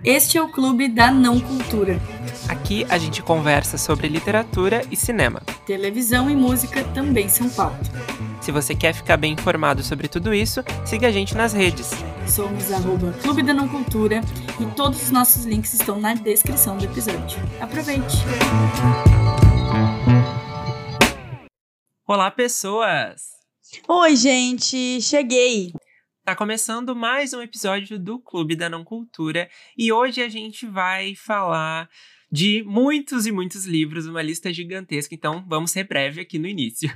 Este é o Clube da Não Cultura. Aqui a gente conversa sobre literatura e cinema. Televisão e música também são pauta. Se você quer ficar bem informado sobre tudo isso, siga a gente nas redes. Somos @Clube da Não Cultura e todos os nossos links estão na descrição do episódio. Aproveite! Olá, pessoas! Oi, gente! Cheguei! Tá começando mais um episódio do Clube da Não Cultura e hoje a gente vai falar de muitos e muitos livros, uma lista gigantesca, então vamos ser breve aqui no início.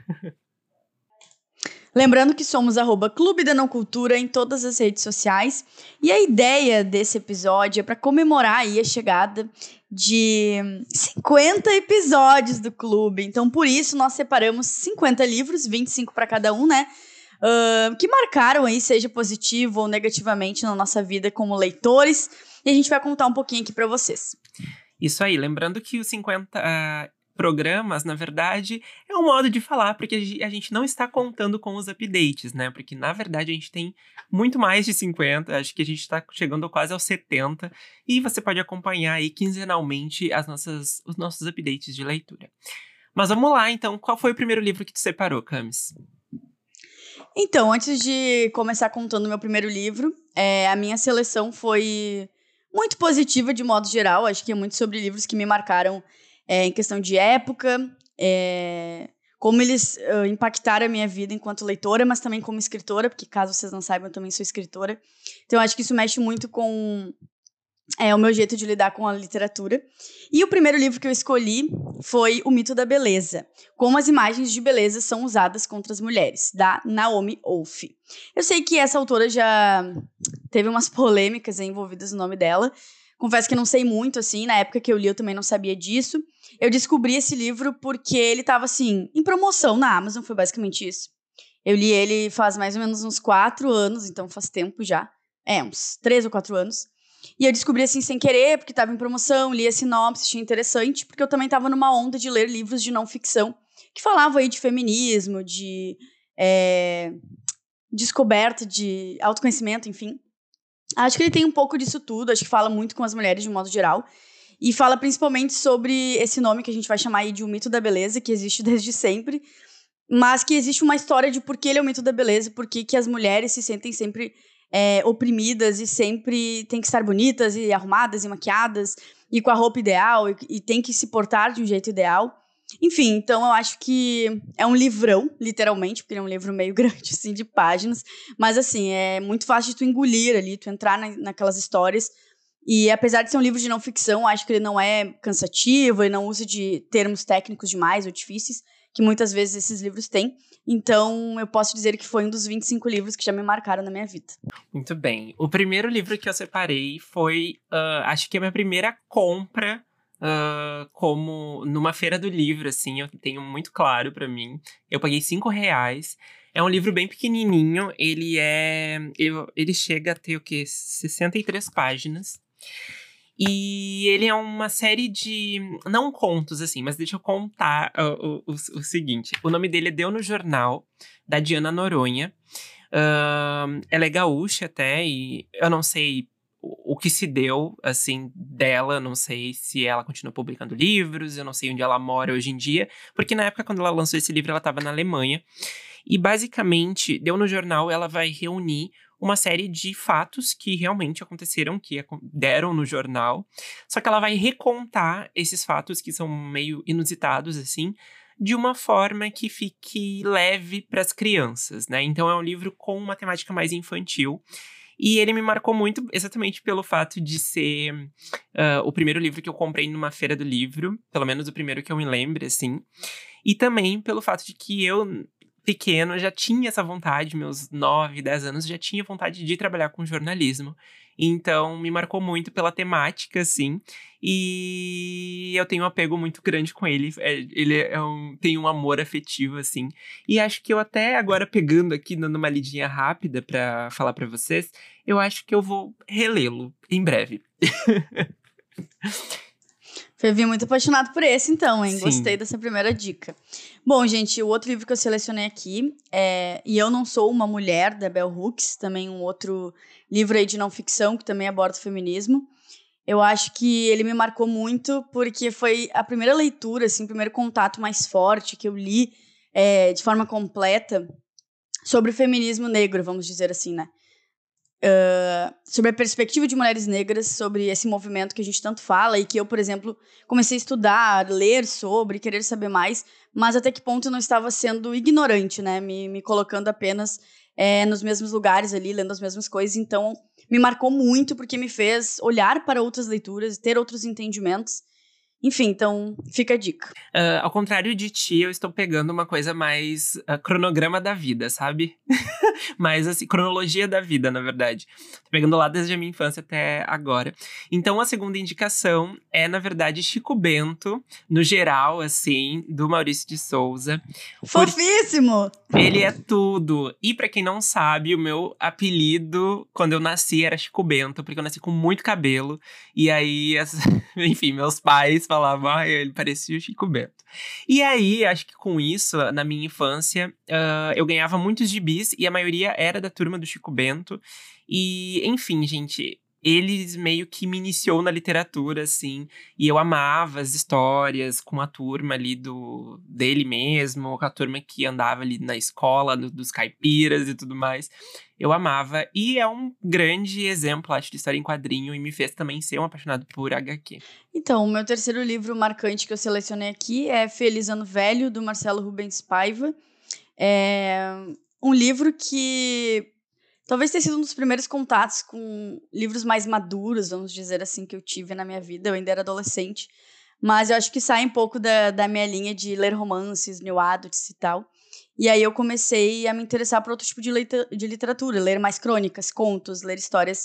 Lembrando que somos @Clube da Não Cultura em todas as redes sociais e a ideia desse episódio é para comemorar aí a chegada de 50 episódios do clube. Então, por isso, nós separamos 50 livros, 25 para cada um, né? Que marcaram aí, seja positivo ou negativamente na nossa vida como leitores. E a gente vai contar um pouquinho aqui para vocês. Isso aí, lembrando que os 50 programas, na verdade, é um modo de falar, porque a gente não está contando com os updates, né? Porque, na verdade, a gente tem muito mais de 50, acho que a gente está chegando quase aos 70, e você pode acompanhar aí quinzenalmente os nossos updates de leitura. Mas vamos lá, então, qual foi o primeiro livro que tu separou, Camis? Então, antes de começar contando meu primeiro livro, a minha seleção foi muito positiva de modo geral. Acho que é muito sobre livros que me marcaram em questão de época, como eles impactaram a minha vida enquanto leitora, mas também como escritora, porque caso vocês não saibam, eu também sou escritora. Então, acho que isso mexe muito com o meu jeito de lidar com a literatura. E o primeiro livro que eu escolhi foi O Mito da Beleza, como as imagens de beleza são usadas contra as mulheres, da Naomi Wolf. Eu sei que essa autora já teve umas polêmicas envolvidas no nome dela. Confesso que eu não sei muito, assim, na época que eu li eu também não sabia disso. Eu descobri esse livro porque ele estava, assim, em promoção na Amazon, foi basicamente isso. Eu li ele faz mais ou menos uns 4 anos, então faz tempo já. Uns 3 ou 4 anos. E eu descobri assim sem querer, porque estava em promoção, li a sinopse, achei interessante, porque eu também estava numa onda de ler livros de não ficção, que falavam aí de feminismo, de descoberta, de autoconhecimento, enfim. Acho que ele tem um pouco disso tudo, acho que fala muito com as mulheres de um modo geral, e fala principalmente sobre esse nome que a gente vai chamar aí de O Mito da Beleza, que existe desde sempre, mas que existe uma história de por que ele é o mito da beleza, por que as mulheres se sentem sempre oprimidas e sempre tem que estar bonitas e arrumadas e maquiadas e com a roupa ideal e tem que se portar de um jeito ideal. Enfim, então eu acho que é um livrão, literalmente, porque ele é um livro meio grande, assim, de páginas, mas assim, é muito fácil de tu engolir ali, tu entrar naquelas histórias. E apesar de ser um livro de não ficção, acho que ele não é cansativo, ele não usa de termos técnicos demais ou difíceis, que muitas vezes esses livros têm. Então, eu posso dizer que foi um dos 25 livros que já me marcaram na minha vida. Muito bem. O primeiro livro que eu separei foi, acho que a minha primeira compra como numa feira do livro, assim, eu tenho muito claro pra mim. Eu paguei R$5. É um livro bem pequenininho, ele chega a ter o quê? 63 páginas. E ele é uma série de, não contos assim, mas deixa eu contar o seguinte. O nome dele é Deu no Jornal, da Diana Noronha. Ela é gaúcha até, e eu não sei o que se deu, assim, dela. Não sei se ela continua publicando livros, eu não sei onde ela mora hoje em dia, porque na época quando ela lançou esse livro, ela estava na Alemanha. E basicamente, Deu no Jornal, ela vai reunir uma série de fatos que realmente aconteceram, que deram no jornal. Só que ela vai recontar esses fatos que são meio inusitados, assim, de uma forma que fique leve para as crianças, né? Então é um livro com uma temática mais infantil. E ele me marcou muito exatamente pelo fato de ser o primeiro livro que eu comprei numa feira do livro, pelo menos o primeiro que eu me lembre, assim. E também pelo fato de que eu, pequeno, já tinha essa vontade, meus 9, 10 anos, já tinha vontade de trabalhar com jornalismo. Então, me marcou muito pela temática, assim, e eu tenho um apego muito grande com ele. Ele tem um amor afetivo, assim, e acho que eu até agora, pegando aqui, dando uma lidinha rápida pra falar pra vocês, eu acho que eu vou relê-lo em breve. Fervi muito apaixonado por esse, então, hein? Sim. Gostei dessa primeira dica. Bom, gente, o outro livro que eu selecionei aqui é E Eu Não Sou Uma Mulher, da Bell Hooks, também um outro livro aí de não ficção que também aborda o feminismo. Eu acho que ele me marcou muito porque foi a primeira leitura, assim, o primeiro contato mais forte que eu li de forma completa sobre o feminismo negro, vamos dizer assim, né? Sobre a perspectiva de mulheres negras, sobre esse movimento que a gente tanto fala e que eu, por exemplo, comecei a estudar, ler sobre, querer saber mais, mas até que ponto eu não estava sendo ignorante, né? Me colocando apenas nos mesmos lugares ali, lendo as mesmas coisas. Então, me marcou muito porque me fez olhar para outras leituras, ter outros entendimentos. Enfim, então, fica a dica. Ao contrário de ti, eu estou pegando uma coisa mais cronograma da vida, sabe? Mas, assim, cronologia da vida, na verdade. Tô pegando lá desde a minha infância até agora. Então, a segunda indicação é, na verdade, Chico Bento, no geral, assim, do Maurício de Souza. Fofíssimo! Ele é tudo. E pra quem não sabe, o meu apelido quando eu nasci era Chico Bento, porque eu nasci com muito cabelo. E aí, enfim, meus pais falavam, ele parecia o Chico Bento. E aí, acho que com isso, na minha infância, eu ganhava muitos gibis e a maioria era da turma do Chico Bento. E, enfim, gente, eles meio que me iniciou na literatura, assim, e eu amava as histórias com a turma ali dele mesmo, com a turma que andava ali na escola, dos caipiras e tudo mais. Eu amava, e é um grande exemplo, acho, de história em quadrinho, e me fez também ser um apaixonado por HQ. Então, o meu terceiro livro marcante que eu selecionei aqui é Feliz Ano Velho, do Marcelo Rubens Paiva. É um livro que talvez tenha sido um dos primeiros contatos com livros mais maduros, vamos dizer assim, que eu tive na minha vida. Eu ainda era adolescente. Mas eu acho que sai um pouco da minha linha de ler romances, new adults e tal. E aí eu comecei a me interessar por outro tipo de literatura, ler mais crônicas, contos, ler histórias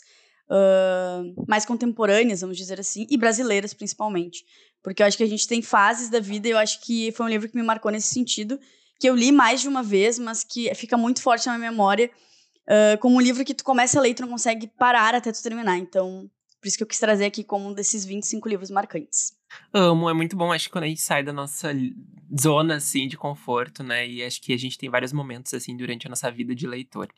mais contemporâneas, vamos dizer assim, e brasileiras principalmente. Porque eu acho que a gente tem fases da vida e eu acho que foi um livro que me marcou nesse sentido, que eu li mais de uma vez, mas que fica muito forte na minha memória, como um livro que tu começa a ler e tu não consegue parar até tu terminar. Então, por isso que eu quis trazer aqui como um desses 25 livros marcantes. Amo, é muito bom, acho que quando a gente sai da nossa zona, assim, de conforto, né, e acho que a gente tem vários momentos, assim, durante a nossa vida de leitor.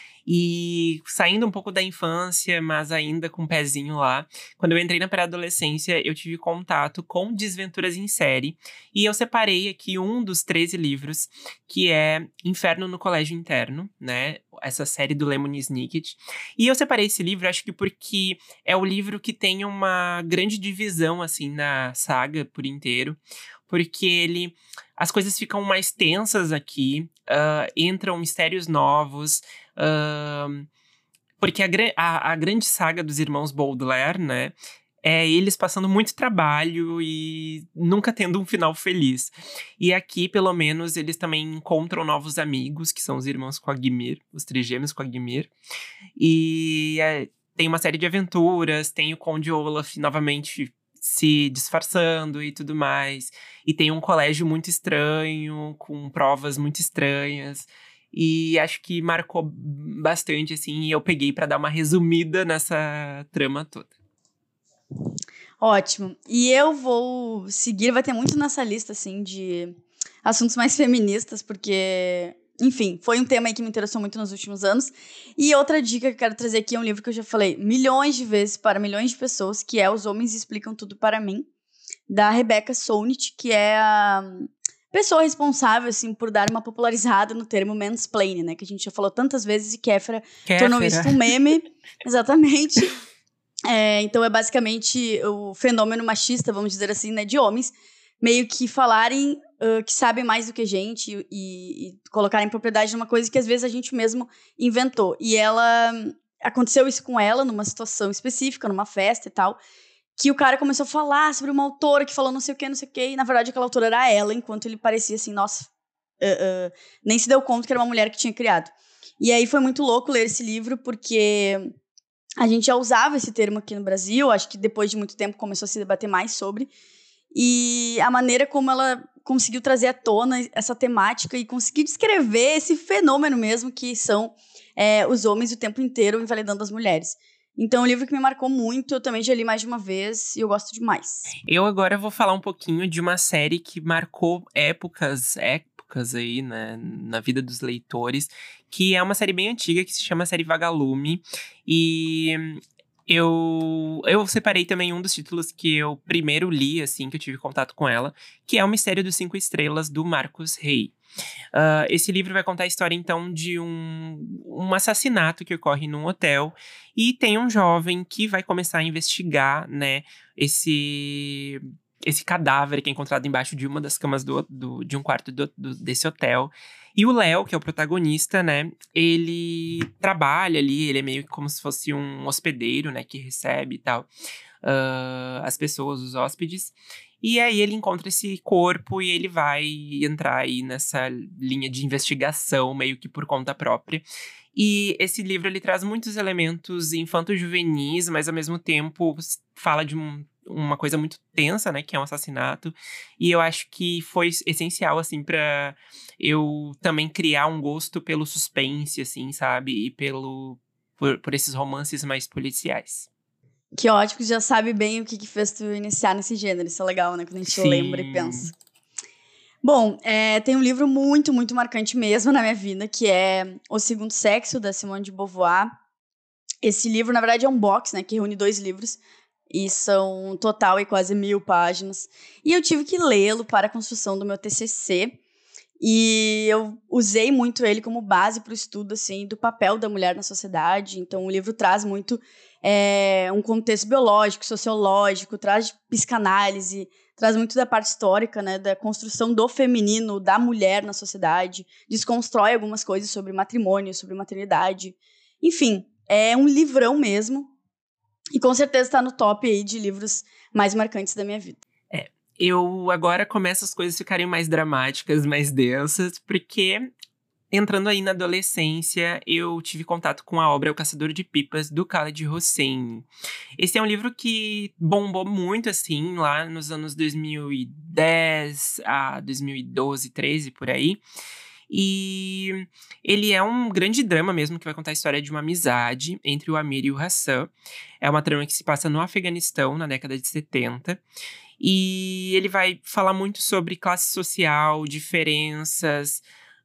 E saindo um pouco da infância, mas ainda com um pezinho lá, quando eu entrei na pré-adolescência, eu tive contato com Desventuras em Série, e eu separei aqui um dos 13 livros, que é Inferno no Colégio Interno, né, essa série do Lemony Snicket. E eu separei esse livro, acho que porque é o livro que tem uma grande divisão, assim, na saga por inteiro, porque as coisas ficam mais tensas aqui, entram mistérios novos, porque a grande saga dos irmãos Baudelaire, né, é eles passando muito trabalho e nunca tendo um final feliz. E aqui, pelo menos, eles também encontram novos amigos, que são os irmãos Quagmire, os trigêmeos Quagmire. E tem uma série de aventuras, tem o Conde Olaf novamente se disfarçando e tudo mais. E tem um colégio muito estranho, com provas muito estranhas. E acho que marcou bastante, assim, e eu peguei pra dar uma resumida nessa trama toda. Ótimo. E eu vou seguir, vai ter muito nessa lista, assim, de assuntos mais feministas, porque, enfim, foi um tema aí que me interessou muito nos últimos anos. E outra dica que eu quero trazer aqui é um livro que eu já falei milhões de vezes para milhões de pessoas, que é Os Homens Explicam Tudo para Mim, da Rebecca Solnit, que é a pessoa responsável, assim, por dar uma popularizada no termo mansplaining, né? Que a gente já falou tantas vezes e Kéfera tornou isso um meme. Exatamente. Então é basicamente o fenômeno machista, vamos dizer assim, né, de homens meio que falarem que sabem mais do que a gente e colocarem propriedade numa coisa que às vezes a gente mesmo inventou. E aconteceu isso com ela numa situação específica, numa festa e tal, que o cara começou a falar sobre uma autora que falou não sei o que, e na verdade aquela autora era ela, enquanto ele parecia assim, nossa, nem se deu conta que era uma mulher que tinha criado. E aí foi muito louco ler esse livro, porque a gente já usava esse termo aqui no Brasil, acho que depois de muito tempo começou a se debater mais sobre, e a maneira como ela conseguiu trazer à tona essa temática e conseguir descrever esse fenômeno mesmo que são os homens o tempo inteiro invalidando as mulheres. Então, é um livro que me marcou muito, eu também já li mais de uma vez e eu gosto demais. Eu agora vou falar um pouquinho de uma série que marcou épocas aí, né, na vida dos leitores, que é uma série bem antiga, que se chama Série Vagalume, e Eu separei também um dos títulos que eu primeiro li, assim, que eu tive contato com ela, que é O Mistério dos 5 Estrelas, do Marcus Rey. Esse livro vai contar a história, então, de um assassinato que ocorre num hotel. E tem um jovem que vai começar a investigar, né, esse cadáver que é encontrado embaixo de uma das camas de um quarto desse hotel. E o Léo, que é o protagonista, né, ele trabalha ali, ele é meio que como se fosse um hospedeiro, né, que recebe e tal, as pessoas, os hóspedes. E aí ele encontra esse corpo e ele vai entrar aí nessa linha de investigação, meio que por conta própria. E esse livro, ele traz muitos elementos infanto-juvenis, mas ao mesmo tempo fala de uma coisa muito tensa, né, que é um assassinato. E eu acho que foi essencial, assim, pra eu também criar um gosto pelo suspense, assim, sabe? E por esses romances mais policiais. Que ótimo, que já sabe bem o que fez tu iniciar nesse gênero. Isso é legal, né? Quando a gente lembra e Sim. pensa. Bom, tem um livro muito, muito marcante mesmo na minha vida, que é O Segundo Sexo, da Simone de Beauvoir. Esse livro, na verdade, é um box, né? Que reúne 2 livros. E são um total e quase 1000 páginas. E eu tive que lê-lo para a construção do meu TCC. E eu usei muito ele como base para o estudo, assim, do papel da mulher na sociedade. Então, o livro traz muito um contexto biológico, sociológico, traz psicanálise, traz muito da parte histórica, né, da construção do feminino, da mulher na sociedade, desconstrói algumas coisas sobre matrimônio, sobre maternidade. Enfim, é um livrão mesmo. E com certeza está no top aí de livros mais marcantes da minha vida. Eu agora começo as coisas a ficarem mais dramáticas, mais densas, porque entrando aí na adolescência, eu tive contato com a obra O Caçador de Pipas, do Khaled Hosseini. Esse é um livro que bombou muito, assim, lá nos anos 2010 a 2012, 13, por aí. E ele é um grande drama mesmo, que vai contar a história de uma amizade entre o Amir e o Hassan. É uma trama que se passa no Afeganistão, na década de 70. E ele vai falar muito sobre classe social, diferenças,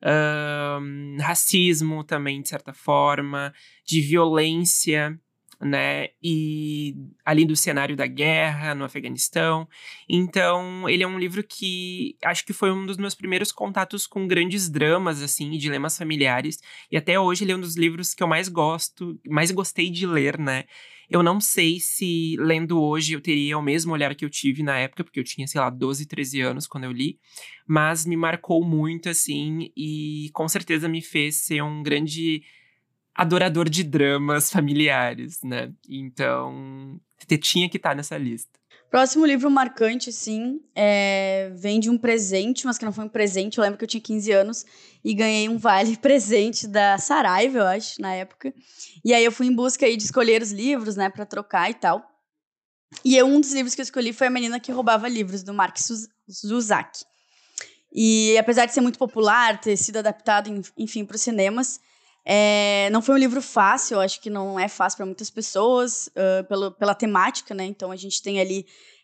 racismo também, de certa forma, de violência, né? E ali do cenário da guerra no Afeganistão. Então, ele é um livro que acho que foi um dos meus primeiros contatos com grandes dramas, assim, e dilemas familiares. E até hoje ele é um dos livros que eu mais gosto, mais gostei de ler, né? Eu não sei se lendo hoje eu teria o mesmo olhar que eu tive na época, porque eu tinha, sei lá, 12, 13 anos quando eu li. Mas me marcou muito, assim, e com certeza me fez ser um grande adorador de dramas familiares, né? Então, tinha que estar nessa lista. Próximo livro marcante, sim, vem de um presente, mas que não foi um presente. Eu lembro que eu tinha 15 anos e ganhei um vale presente da Saraiva, eu acho, na época. E aí eu fui em busca aí de escolher os livros, né, pra trocar e tal. E um dos livros que eu escolhi foi A Menina que Roubava Livros, do Mark Zusak. E apesar de ser muito popular, ter sido adaptado, enfim, para os cinemas, não foi um livro fácil, eu acho que não é fácil para muitas pessoas, pela temática, né? Então a gente tem ali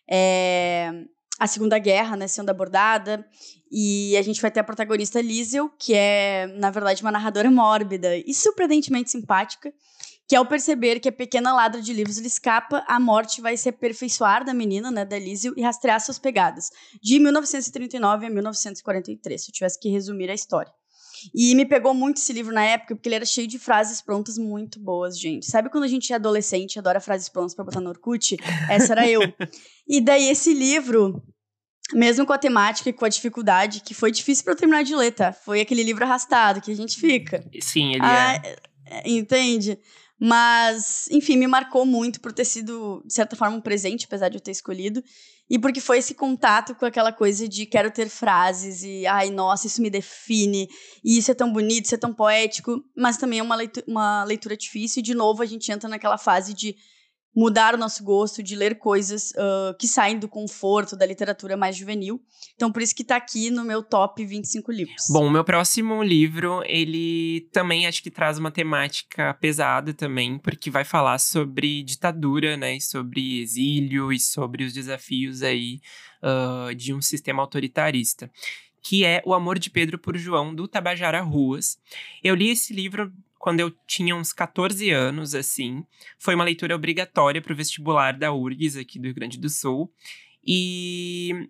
a Segunda Guerra, né, sendo abordada, e a gente vai ter a protagonista Liesel, que é, na verdade, uma narradora mórbida e surpreendentemente simpática, que ao perceber que a pequena ladra de livros lhe escapa, a morte vai se aperfeiçoar da menina, né, da Liesel, e rastrear suas pegadas, de 1939 a 1943, se eu tivesse que resumir a história. E me pegou muito esse livro na época, porque ele era cheio de frases prontas muito boas, gente. Sabe quando a gente é adolescente e adora frases prontas pra botar no Orkut? Essa era eu. E daí esse livro, mesmo com a temática e com a dificuldade, que foi difícil pra eu terminar de ler, tá? Foi aquele livro arrastado que a gente fica. Sim, ele é. Entende? Mas, enfim, me marcou muito por ter sido, de certa forma, um presente, apesar de eu ter escolhido. E porque foi esse contato com aquela coisa de quero ter frases e, ai, nossa, isso me define. E isso é tão bonito, isso é tão poético. Mas também é uma leitura difícil. E, de novo, a gente entra naquela fase de mudar o nosso gosto, de ler coisas que saem do conforto da literatura mais juvenil. Então, por isso que tá aqui no meu top 25 livros. Bom, o meu próximo livro, ele também acho que traz uma temática pesada também, porque vai falar sobre ditadura, né, e sobre exílio e sobre os desafios aí de um sistema autoritarista, que é O Amor de Pedro por João, do Tabajara Ruas. Eu li esse livro quando eu tinha uns 14 anos, assim. Foi uma leitura obrigatória para o vestibular da URGS, aqui do Rio Grande do Sul. E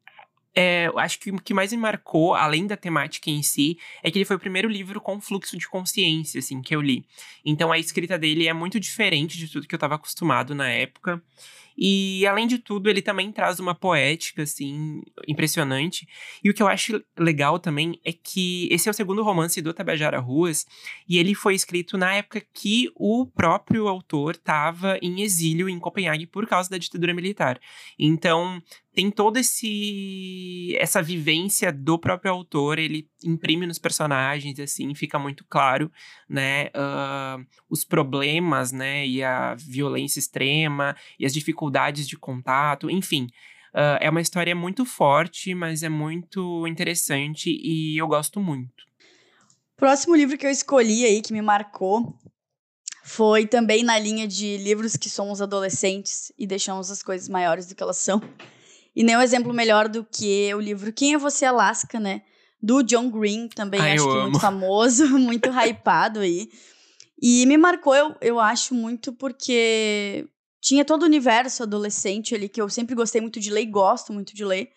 eu acho que o que mais me marcou, além da temática em si, é que ele foi o primeiro livro com fluxo de consciência, assim, que eu li. Então, a escrita dele é muito diferente de tudo que eu estava acostumado na época. E, além de tudo, ele também traz uma poética, assim, impressionante. E o que eu acho legal também é que esse é o segundo romance do Tabajara Ruas, e ele foi escrito na época que o próprio autor estava em exílio em Copenhague por causa da ditadura militar. Então, tem toda essa vivência do próprio autor, ele imprime nos personagens, assim, fica muito claro, né, os problemas, né, e a violência extrema, e as dificuldades de contato, enfim. É uma história muito forte, mas é muito interessante e eu gosto muito. Próximo livro que eu escolhi aí, que me marcou, foi também na linha de livros que somos adolescentes e deixamos as coisas maiores do que elas são. E nem um exemplo melhor do que o livro Quem é Você, Alaska, né? Do John Green, também Ai, acho eu que amo. muito famoso, muito hypado aí. E me marcou, eu acho, muito porque tinha todo o universo adolescente ali, que eu sempre gostei muito de ler e gosto muito de ler.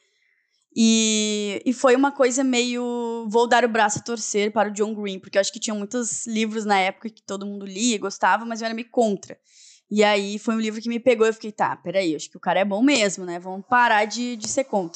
E foi uma coisa meio... Vou dar o braço a torcer para o John Green, porque eu acho que tinha muitos livros na época que todo mundo lia e gostava, mas eu era meio contra. E aí foi um livro que me pegou e eu fiquei, tá, peraí, acho que o cara é bom mesmo, né? Vamos parar de ser contra.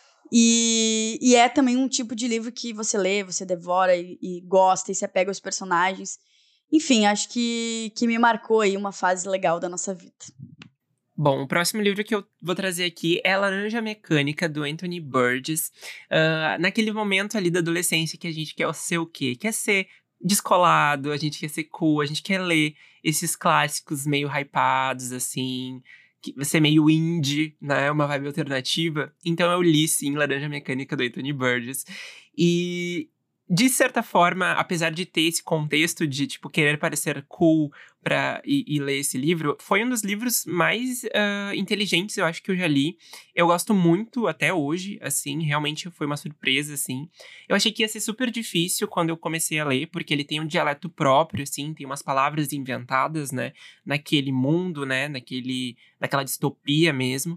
E é também um tipo de livro que você lê, você devora e gosta e se apega aos personagens. Enfim, acho que me marcou aí uma fase legal da nossa vida. Bom, o próximo livro que eu vou trazer aqui é Laranja Mecânica, do Anthony Burgess. Naquele momento ali da adolescência que a gente quer ser o quê? Quer ser descolado, a gente quer ser cool, a gente quer ler esses clássicos meio hypados, assim, ser meio indie, né? Uma vibe alternativa. Então eu li, sim, Laranja Mecânica, do Anthony Burgess. E... de certa forma, apesar de ter esse contexto de, tipo, querer parecer cool e ler esse livro, foi um dos livros mais inteligentes, eu acho, que eu já li. Eu gosto muito até hoje, assim, realmente foi uma surpresa, assim. Eu achei que ia ser super difícil quando eu comecei a ler, porque ele tem um dialeto próprio, assim, tem umas palavras inventadas, né, naquele mundo, né, naquela distopia mesmo.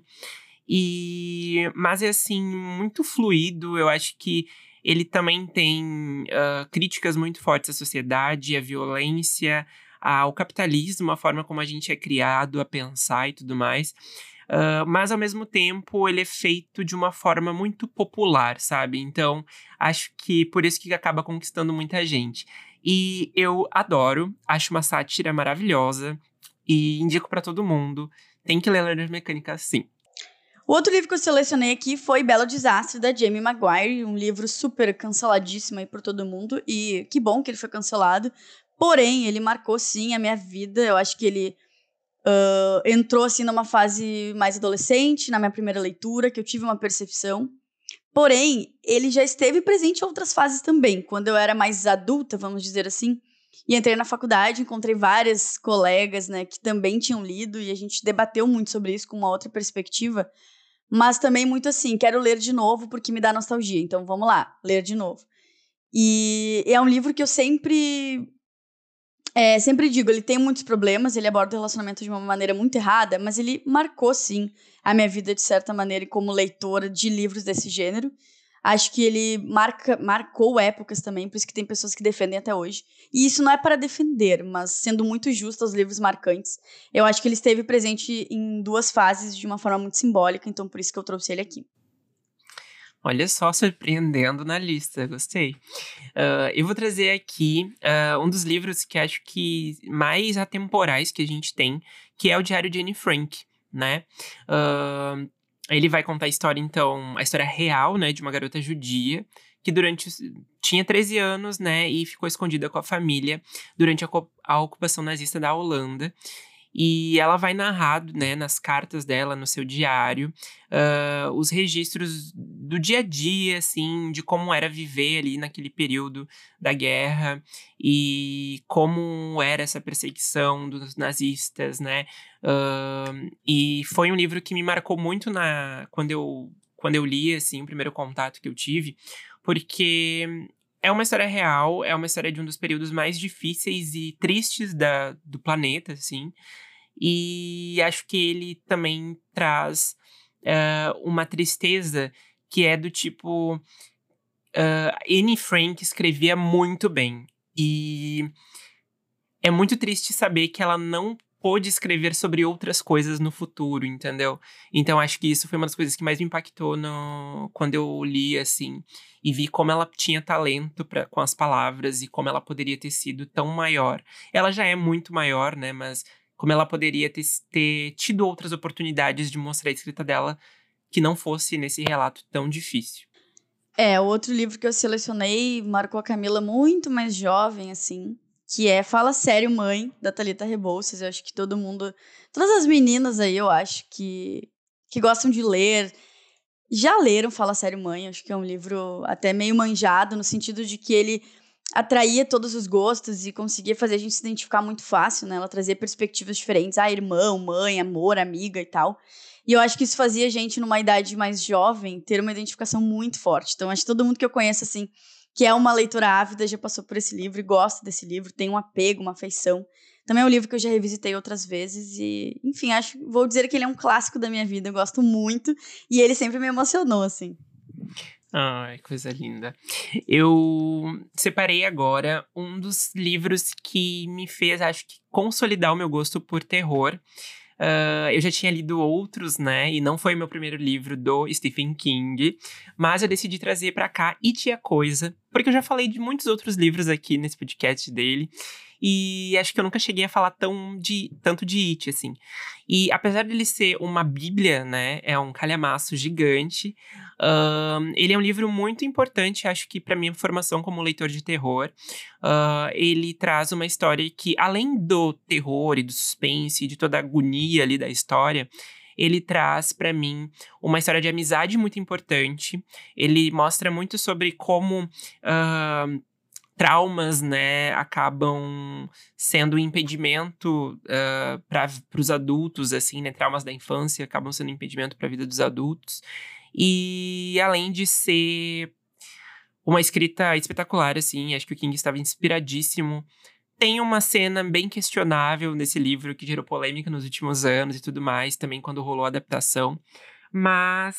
Mas é, assim, muito fluido, eu acho que ele também tem críticas muito fortes à sociedade, à violência, ao capitalismo, a forma como a gente é criado a pensar e tudo mais. Mas, ao mesmo tempo, ele é feito de uma forma muito popular, sabe? Então, acho que por isso que acaba conquistando muita gente. E eu adoro, acho uma sátira maravilhosa e indico pra todo mundo. Tem que ler Laranja Mecânica, sim. O outro livro que eu selecionei aqui foi Belo Desastre, da Jamie Maguire, um livro super canceladíssimo aí por todo mundo, e que bom que ele foi cancelado. Porém, ele marcou, sim, a minha vida. Eu acho que ele entrou, assim, numa fase mais adolescente, na minha primeira leitura, que eu tive uma percepção. Porém, ele já esteve presente em outras fases também. Quando eu era mais adulta, vamos dizer assim, e entrei na faculdade, encontrei várias colegas, né, que também tinham lido, e a gente debateu muito sobre isso com uma outra perspectiva, mas também muito assim, quero ler de novo porque me dá nostalgia, então vamos lá, ler de novo. E é um livro que eu sempre digo, ele tem muitos problemas, ele aborda o relacionamento de uma maneira muito errada, mas ele marcou, sim, a minha vida de certa maneira como leitora de livros desse gênero. Acho que ele marcou épocas também, por isso que tem pessoas que defendem até hoje. E isso não é para defender, mas sendo muito justo aos livros marcantes, eu acho que ele esteve presente em duas fases de uma forma muito simbólica, então por isso que eu trouxe ele aqui. Olha só, surpreendendo na lista, gostei. Eu vou trazer aqui um dos livros que acho que mais atemporais que a gente tem, que é o Diário de Anne Frank, né? Ele vai contar a história, então, a história real, né, de uma garota judia que tinha 13 anos, né, e ficou escondida com a família durante a ocupação nazista da Holanda. E ela vai narrar, né, nas cartas dela, no seu diário, os registros do dia a dia, assim, de como era viver ali naquele período da guerra e como era essa perseguição dos nazistas, né? E foi um livro que me marcou muito quando eu li, assim, o primeiro contato que eu tive, porque é uma história real, é uma história de um dos períodos mais difíceis e tristes do planeta, assim. E acho que ele também traz uma tristeza que é do tipo... Anne Frank escrevia muito bem. E é muito triste saber que ela não pôde escrever sobre outras coisas no futuro, entendeu? Então, acho que isso foi uma das coisas que mais me impactou quando eu li, assim, e vi como ela tinha talento com as palavras e como ela poderia ter sido tão maior. Ela já é muito maior, né? Mas como ela poderia ter tido outras oportunidades de mostrar a escrita dela que não fosse nesse relato tão difícil. O outro livro que eu selecionei marcou a Camila muito mais jovem, assim, que é Fala Sério, Mãe, da Thalita Rebouças. Eu acho que todo mundo, todas as meninas aí, eu acho que gostam de ler, já leram Fala Sério, Mãe. Acho que é um livro até meio manjado, no sentido de que ele atraía todos os gostos e conseguia fazer a gente se identificar muito fácil, né? Ela trazia perspectivas diferentes, irmão, mãe, amor, amiga e tal. E eu acho que isso fazia a gente, numa idade mais jovem, ter uma identificação muito forte. Então, acho que todo mundo que eu conheço, assim, que é uma leitora ávida, já passou por esse livro e gosta desse livro, tem um apego, uma afeição. Também é um livro que eu já revisitei outras vezes e, enfim, vou dizer que ele é um clássico da minha vida, eu gosto muito e ele sempre me emocionou, assim. Ai, coisa linda. Eu separei agora um dos livros que me fez, acho que, consolidar o meu gosto por terror. Eu já tinha lido outros, né? E não foi meu primeiro livro do Stephen King. Mas eu decidi trazer pra cá It e a Coisa. Porque eu já falei de muitos outros livros aqui nesse podcast dele. E acho que eu nunca cheguei a falar tanto de It, assim. E apesar dele ser uma bíblia, né? É um calhamaço gigante. Ele é um livro muito importante, acho que pra minha formação como leitor de terror. Ele traz uma história que, além do terror e do suspense, de toda a agonia ali da história, ele traz pra mim uma história de amizade muito importante. Ele mostra muito sobre como traumas, né, acabam sendo um impedimento para os adultos, assim, né? Traumas da infância acabam sendo um impedimento para a vida dos adultos. E além de ser uma escrita espetacular, assim, acho que o King estava inspiradíssimo. Tem uma cena bem questionável nesse livro que gerou polêmica nos últimos anos e tudo mais, também quando rolou a adaptação. Mas,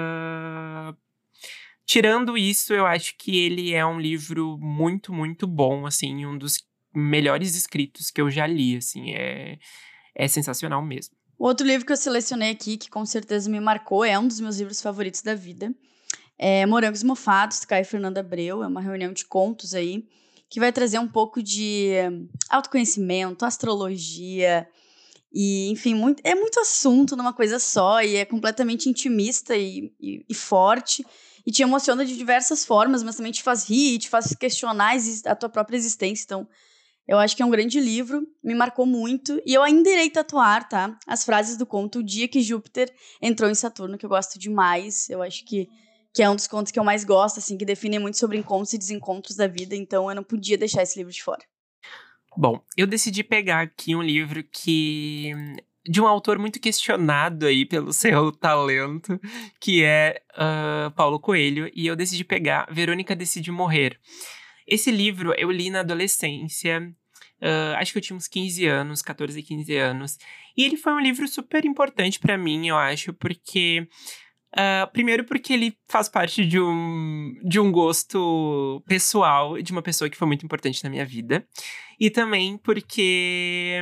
tirando isso, eu acho que ele é um livro muito, muito bom, assim, um dos melhores escritos que eu já li, assim, é sensacional mesmo. O outro livro que eu selecionei aqui, que com certeza me marcou, é um dos meus livros favoritos da vida, é Morangos Mofados, Caio Fernando Abreu. É uma reunião de contos aí, que vai trazer um pouco de autoconhecimento, astrologia, e, enfim, é muito assunto numa coisa só, e é completamente intimista e forte, e te emociona de diversas formas, mas também te faz rir, te faz questionar a tua própria existência. Então, eu acho que é um grande livro, me marcou muito, e eu ainda irei tatuar, tá? As frases do conto O Dia que Júpiter Entrou em Saturno, que eu gosto demais. Eu acho que é um dos contos que eu mais gosto, assim, que definem muito sobre encontros e desencontros da vida, então eu não podia deixar esse livro de fora. Bom, eu decidi pegar aqui um livro de um autor muito questionado aí pelo seu talento, que é Paulo Coelho, e eu decidi pegar Verônica Decide Morrer. Esse livro eu li na adolescência, acho que eu tinha uns 15 anos, 14, 15 anos, e ele foi um livro super importante pra mim, eu acho, porque... primeiro porque ele faz parte de um gosto pessoal de uma pessoa que foi muito importante na minha vida. E também porque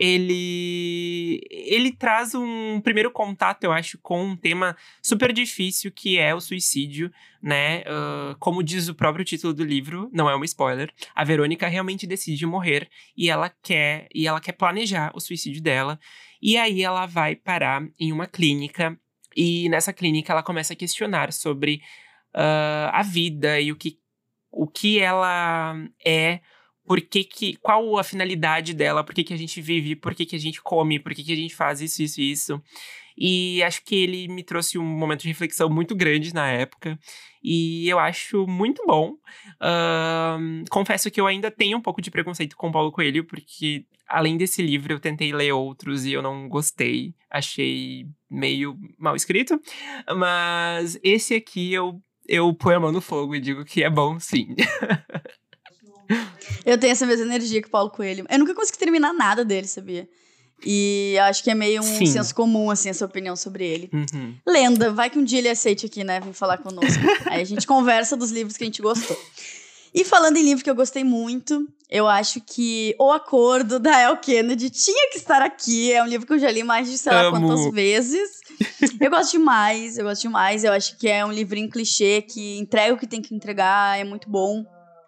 ele traz um primeiro contato, eu acho, com um tema super difícil, que é o suicídio, né? Como diz o próprio título do livro, não é um spoiler, a Verônica realmente decide morrer e ela quer planejar o suicídio dela. E aí ela vai parar em uma clínica. E nessa clínica ela começa a questionar sobre a vida e o que ela é, qual a finalidade dela, por que a gente vive, por que a gente come, por que a gente faz isso, isso e isso. E acho que ele me trouxe um momento de reflexão muito grande na época. E eu acho muito bom. Confesso que eu ainda tenho um pouco de preconceito com Paulo Coelho, porque além desse livro eu tentei ler outros e eu não gostei. Achei meio mal escrito. Mas esse aqui eu eu ponho a mão no fogo e digo que é bom, sim. Eu tenho essa mesma energia que o Paulo Coelho. Eu nunca consegui terminar nada dele, sabia? E eu acho que é meio um Sim. senso comum, assim, essa opinião sobre ele. Uhum. Lenda, vai que um dia ele aceite aqui, né? Vem falar conosco. Aí a gente conversa dos livros que a gente gostou. E falando em livro que eu gostei muito, eu acho que O Acordo, da Elle Kennedy, tinha que estar aqui. É um livro que eu já li mais de sei lá quantas vezes. Eu gosto demais, eu gosto demais. Eu acho que é um livrinho clichê que entrega o que tem que entregar, é muito bom.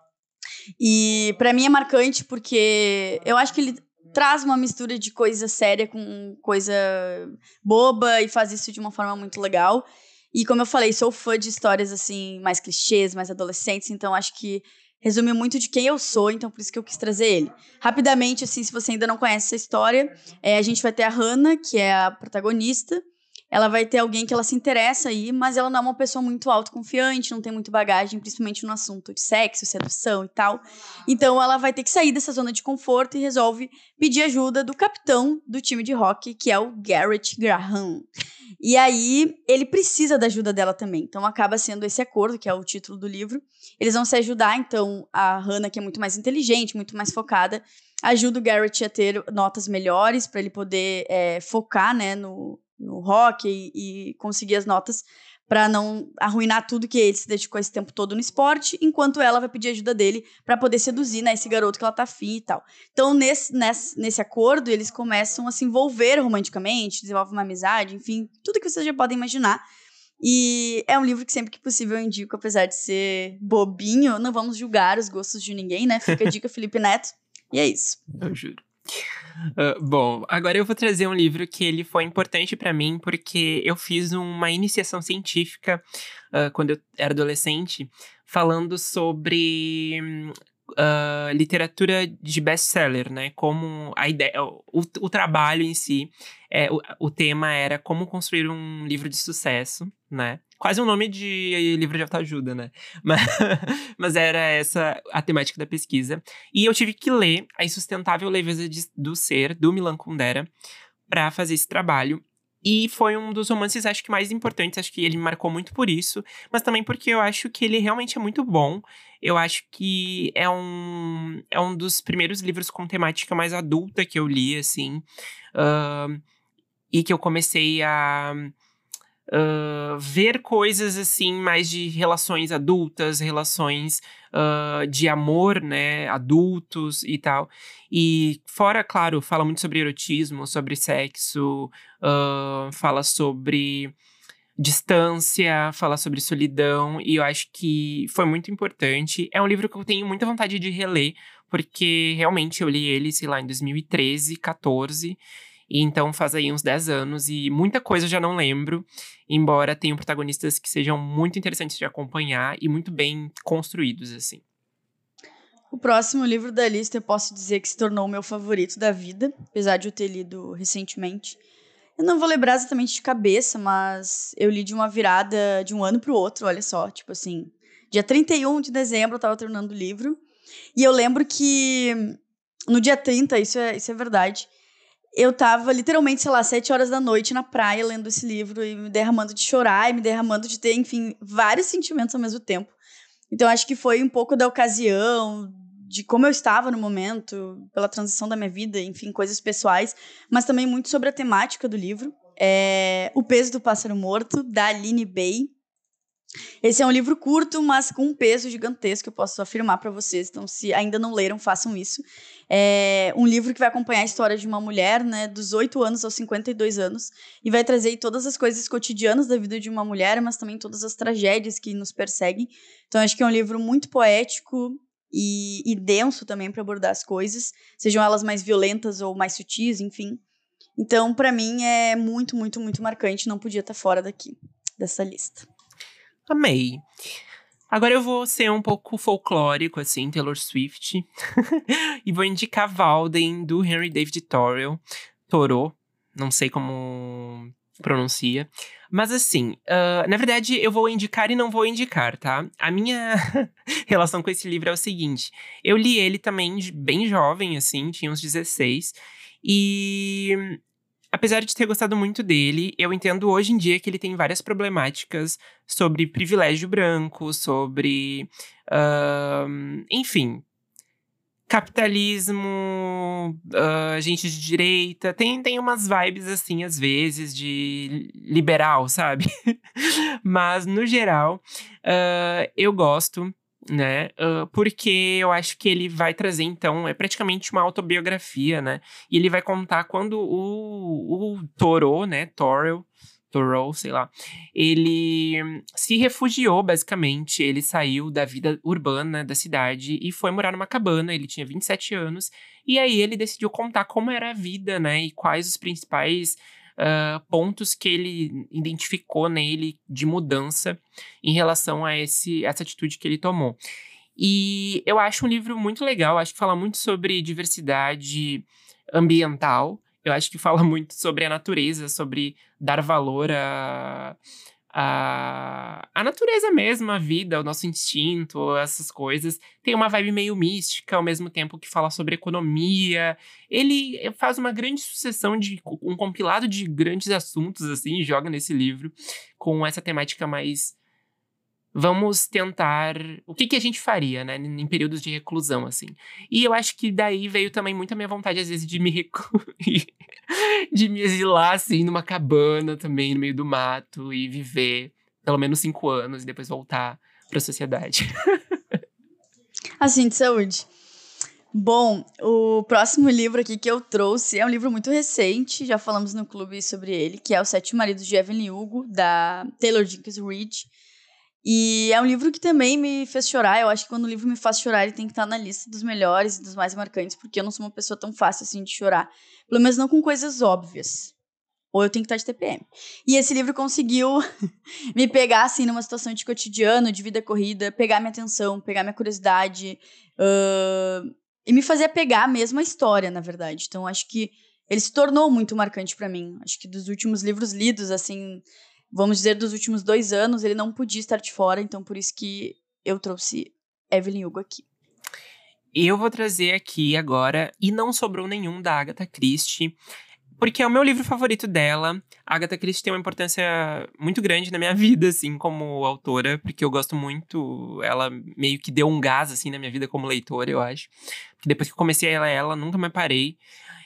E pra mim é marcante porque eu acho que ele traz uma mistura de coisa séria com coisa boba e faz isso de uma forma muito legal. E como eu falei, sou fã de histórias assim, mais clichês, mais adolescentes, então acho que resume muito de quem eu sou, então por isso que eu quis trazer ele. Rapidamente, assim, se você ainda não conhece essa história, a gente vai ter a Hannah, que é a protagonista. Ela vai ter alguém que ela se interessa aí, mas ela não é uma pessoa muito autoconfiante, não tem muito bagagem, principalmente no assunto de sexo, sedução e tal. Então ela vai ter que sair dessa zona de conforto e resolve pedir ajuda do capitão do time de hockey, que é o Garrett Graham. E aí ele precisa da ajuda dela também. Então acaba sendo esse acordo, que é o título do livro. Eles vão se ajudar, então a Hannah, que é muito mais inteligente, muito mais focada, ajuda o Garrett a ter notas melhores para ele poder focar, né, no hockey e conseguir as notas para não arruinar tudo que ele se dedicou esse tempo todo no esporte, enquanto ela vai pedir ajuda dele para poder seduzir, né, esse garoto que ela tá afim e tal. Então, nesse acordo, eles começam a se envolver romanticamente, desenvolvem uma amizade, enfim, tudo que vocês já podem imaginar. E é um livro que sempre que possível eu indico, apesar de ser bobinho, não vamos julgar os gostos de ninguém, né? Fica a dica, Felipe Neto. E é isso. Eu juro. Bom, agora eu vou trazer um livro que ele foi importante pra mim porque eu fiz uma iniciação científica quando eu era adolescente, falando sobre literatura de best-seller, né? Como a ideia, o trabalho em si, o tema era como construir um livro de sucesso, né? Quase um nome de livro de autoajuda, né? Mas era essa a temática da pesquisa. E eu tive que ler A Insustentável Leveza do Ser, do Milan Kundera, para fazer esse trabalho. E foi um dos romances, acho que mais importantes. Acho que ele me marcou muito por isso. Mas também porque eu acho que ele realmente é muito bom. Eu acho que é um dos primeiros livros com temática mais adulta que eu li, assim. E que eu comecei a ver coisas, assim, mais de relações adultas, relações de amor, né, adultos e tal. E fora, claro, fala muito sobre erotismo, sobre sexo, fala sobre distância, fala sobre solidão, e eu acho que foi muito importante. É um livro que eu tenho muita vontade de reler, porque realmente eu li ele, sei lá, em 2013, 14, e então faz aí uns 10 anos, e muita coisa eu já não lembro, embora tenham protagonistas que sejam muito interessantes de acompanhar e muito bem construídos, assim. O próximo livro da lista eu posso dizer que se tornou o meu favorito da vida, apesar de eu ter lido recentemente. Eu não vou lembrar exatamente de cabeça, mas eu li de uma virada de um ano pro outro, olha só. Tipo assim, dia 31 de dezembro eu tava terminando o livro. E eu lembro que no dia 30, isso é verdade, eu tava literalmente, sei lá, 7 horas da noite na praia lendo esse livro e me derramando de chorar e me derramando de ter, enfim, vários sentimentos ao mesmo tempo. Então acho que foi um pouco da ocasião, de como eu estava no momento, pela transição da minha vida, enfim, coisas pessoais, mas também muito sobre a temática do livro. O Peso do Pássaro Morto, da Aline Bay. Esse é um livro curto, mas com um peso gigantesco, eu posso afirmar para vocês. Então, se ainda não leram, façam isso. É um livro que vai acompanhar a história de uma mulher, né, dos 8 anos aos 52 anos, e vai trazer todas as coisas cotidianas da vida de uma mulher, mas também todas as tragédias que nos perseguem. Então, acho que é um livro muito poético e denso também para abordar as coisas, sejam elas mais violentas ou mais sutis, enfim. Então, para mim, é muito, muito, muito marcante. Não podia estar fora dessa lista. Amei. Agora eu vou ser um pouco folclórico, assim, Taylor Swift. E vou indicar Walden, do Henry David Thoreau. Não sei como pronuncia. Mas assim, na verdade eu vou indicar e não vou indicar, tá? A minha relação com esse livro é o seguinte. Eu li ele também bem jovem, assim, tinha uns 16. E apesar de ter gostado muito dele, eu entendo hoje em dia que ele tem várias problemáticas sobre privilégio branco, sobre. Enfim. Capitalismo, gente de direita. Tem umas vibes, assim, às vezes, de liberal, sabe? Mas, no geral, eu gosto, né? Porque eu acho que ele vai trazer, então, é praticamente uma autobiografia, né? E ele vai contar quando o Thoreau, né? Thoreau, sei lá. Ele se refugiou, basicamente. Ele saiu da vida urbana da cidade e foi morar numa cabana. Ele tinha 27 anos. E aí ele decidiu contar como era a vida, né? E quais os principais pontos que ele identificou nele de mudança em relação a essa atitude que ele tomou. E eu acho um livro muito legal. Acho que fala muito sobre diversidade ambiental. Eu acho que fala muito sobre a natureza, sobre dar valor à natureza mesmo, à vida, ao nosso instinto, essas coisas. Tem uma vibe meio mística, ao mesmo tempo que fala sobre economia. Ele faz uma grande sucessão de um compilado de grandes assuntos, assim, e joga nesse livro com essa temática mais. Vamos tentar. O que a gente faria, né? Em períodos de reclusão, assim. E eu acho que daí veio também muito a minha vontade, às vezes, de de me exilar, assim, numa cabana também, no meio do mato, e viver pelo menos 5 anos e depois voltar pra sociedade. Assim, de saúde. Bom, o próximo livro aqui que eu trouxe é um livro muito recente, já falamos no clube sobre ele, que é Os Sete Maridos de Evelyn Hugo, da Taylor Jenkins Reid. E é um livro que também me fez chorar. Eu acho que quando o livro me faz chorar, ele tem que estar na lista dos melhores e dos mais marcantes, porque eu não sou uma pessoa tão fácil assim de chorar. Pelo menos não com coisas óbvias. Ou eu tenho que estar de TPM. E esse livro conseguiu me pegar, assim, numa situação de cotidiano, de vida corrida, pegar minha atenção, pegar minha curiosidade, e me fazer pegar mesmo a história, na verdade. Então, acho que ele se tornou muito marcante pra mim. Acho que dos últimos livros lidos, assim, vamos dizer, dos últimos 2 anos, ele não podia estar de fora, então por isso que eu trouxe Evelyn Hugo aqui. Eu vou trazer aqui agora, e não sobrou nenhum, da Agatha Christie, porque é o meu livro favorito dela. A Agatha Christie tem uma importância muito grande na minha vida, assim, como autora, porque eu gosto muito. Ela meio que deu um gás, assim, na minha vida como leitora, eu acho. Porque depois que eu comecei ela nunca mais parei.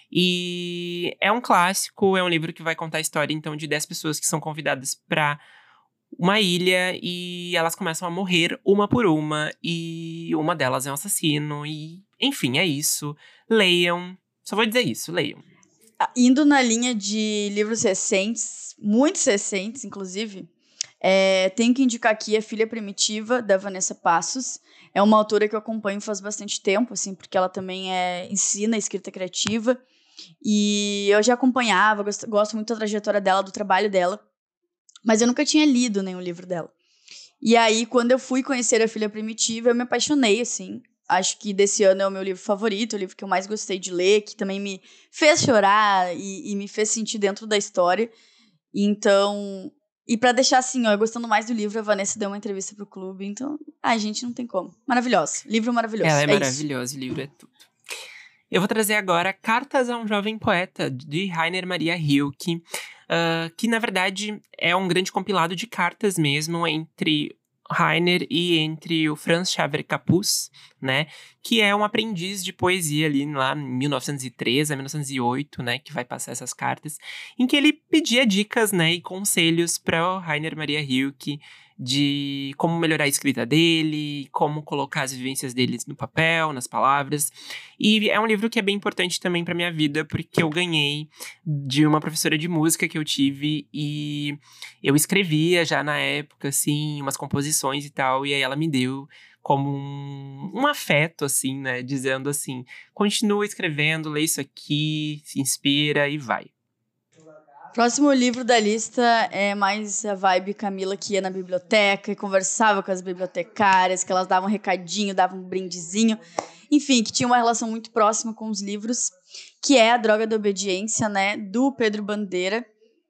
E é um clássico, é um livro que vai contar a história, então, de 10 pessoas que são convidadas pra uma ilha e elas começam a morrer uma por uma, e uma delas é um assassino, e enfim, é isso. Leiam. Só vou dizer isso, leiam. Indo na linha de livros recentes, muito recentes, inclusive, tenho que indicar aqui A Filha Primitiva, da Vanessa Passos. É uma autora que eu acompanho faz bastante tempo, assim, porque ela também ensina escrita criativa. E eu já acompanhava, gosto muito da trajetória dela, do trabalho dela. Mas eu nunca tinha lido nenhum livro dela. E aí, quando eu fui conhecer A Filha Primitiva, eu me apaixonei, assim. Acho que desse ano é o meu livro favorito, o livro que eu mais gostei de ler, que também me fez chorar e me fez sentir dentro da história. Então, e pra deixar assim, ó, eu gostando mais do livro, a Vanessa deu uma entrevista pro clube, então, gente, não tem como. Maravilhoso, livro maravilhoso. Ela é isso. maravilhosa, o livro é tudo. Eu vou trazer agora Cartas a um Jovem Poeta, de Rainer Maria Rilke, que na verdade é um grande compilado de cartas mesmo entre Rainer e entre o Franz Xaver Capus, né, que é um aprendiz de poesia ali lá em 1903 a 1908, né, que vai passar essas cartas, em que ele pedia dicas, né, e conselhos para o Rainer Maria Rilke de como melhorar a escrita dele, como colocar as vivências deles no papel, nas palavras. E é um livro que é bem importante também para minha vida, porque eu ganhei de uma professora de música que eu tive e eu escrevia já na época, assim, umas composições e tal, e aí ela me deu como um afeto, assim, né, dizendo assim, continua escrevendo, lê isso aqui, se inspira e vai. Próximo livro da lista é mais a vibe Camila, que ia na biblioteca e conversava com as bibliotecárias, que elas davam um recadinho, davam um brindezinho. Enfim, que tinha uma relação muito próxima com os livros, que é A Droga da Obediência, né, do Pedro Bandeira.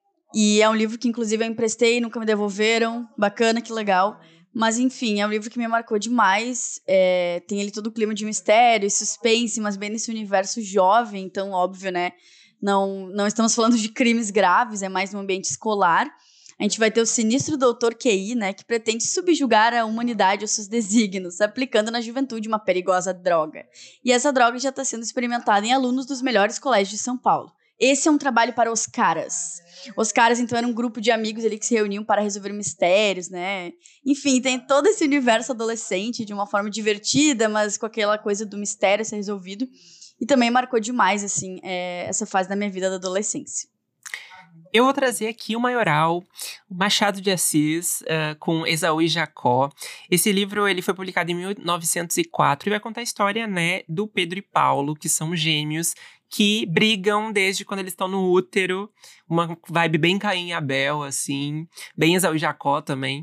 E é um livro que, inclusive, eu emprestei, nunca me devolveram. Bacana, que legal. Mas, enfim, é um livro que me marcou demais. Tem ali todo o clima de mistério e suspense, mas bem nesse universo jovem, então, óbvio, né? não estamos falando de crimes graves, é mais no ambiente escolar. A gente vai ter o sinistro Dr. QI, né, que pretende subjugar a humanidade aos seus desígnios, aplicando na juventude uma perigosa droga. E essa droga já está sendo experimentada em alunos dos melhores colégios de São Paulo. Esse é um trabalho para os caras. Os caras, então, eram um grupo de amigos ali que se reuniam para resolver mistérios, né? Enfim, tem todo esse universo adolescente de uma forma divertida, mas com aquela coisa do mistério ser resolvido. E também marcou demais, assim, essa fase da minha vida da adolescência. Eu vou trazer aqui o Maioral, o Machado de Assis, com Esaú e Jacó. Esse livro ele foi publicado em 1904 e vai contar a história, né, do Pedro e Paulo, que são gêmeos, que brigam desde quando eles estão no útero. Uma vibe bem Caim e Abel, assim, bem Esaú e Jacó também.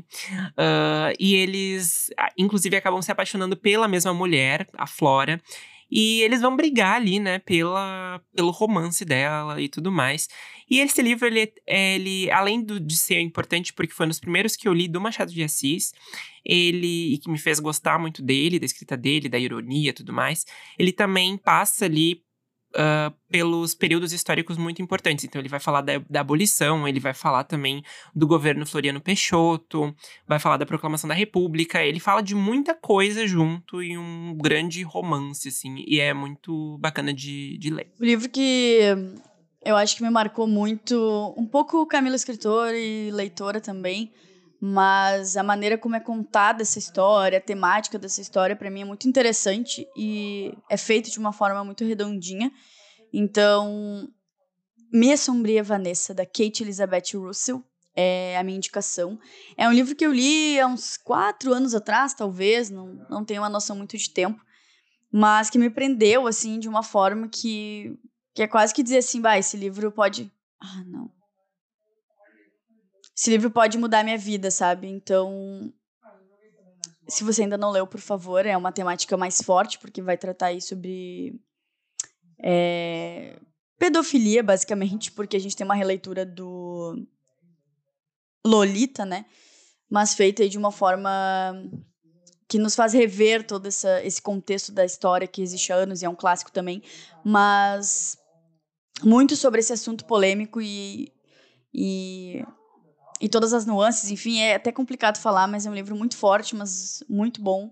E eles, inclusive, acabam se apaixonando pela mesma mulher, a Flora. E eles vão brigar ali, né, pelo romance dela e tudo mais. E esse livro, ele além de ser importante porque foi um dos primeiros que eu li do Machado de Assis, e que me fez gostar muito dele, da escrita dele, da ironia e tudo mais, ele também passa ali pelos períodos históricos muito importantes. Então ele vai falar da abolição, ele vai falar também do governo Floriano Peixoto, vai falar da proclamação da República, ele fala de muita coisa junto em um grande romance, assim, e é muito bacana de ler. O livro que eu acho que me marcou muito, um pouco Camila escritora e leitora também, mas a maneira como é contada essa história, a temática dessa história, para mim é muito interessante e é feito de uma forma muito redondinha. Então, Minha Sombria Vanessa, da Kate Elizabeth Russell, é a minha indicação. É um livro que eu li há uns 4 anos atrás, talvez, não tenho uma noção muito de tempo, mas que me prendeu, assim, de uma forma que é quase que dizer assim, esse livro pode... Ah, não. Esse livro pode mudar a minha vida, sabe? Então, se você ainda não leu, por favor, é uma temática mais forte, porque vai tratar aí sobre pedofilia, basicamente, porque a gente tem uma releitura do Lolita, né? Mas feita aí de uma forma que nos faz rever todo esse contexto da história que existe há anos, e é um clássico também, mas muito sobre esse assunto polêmico e todas as nuances, enfim, é até complicado falar, mas é um livro muito forte, mas muito bom,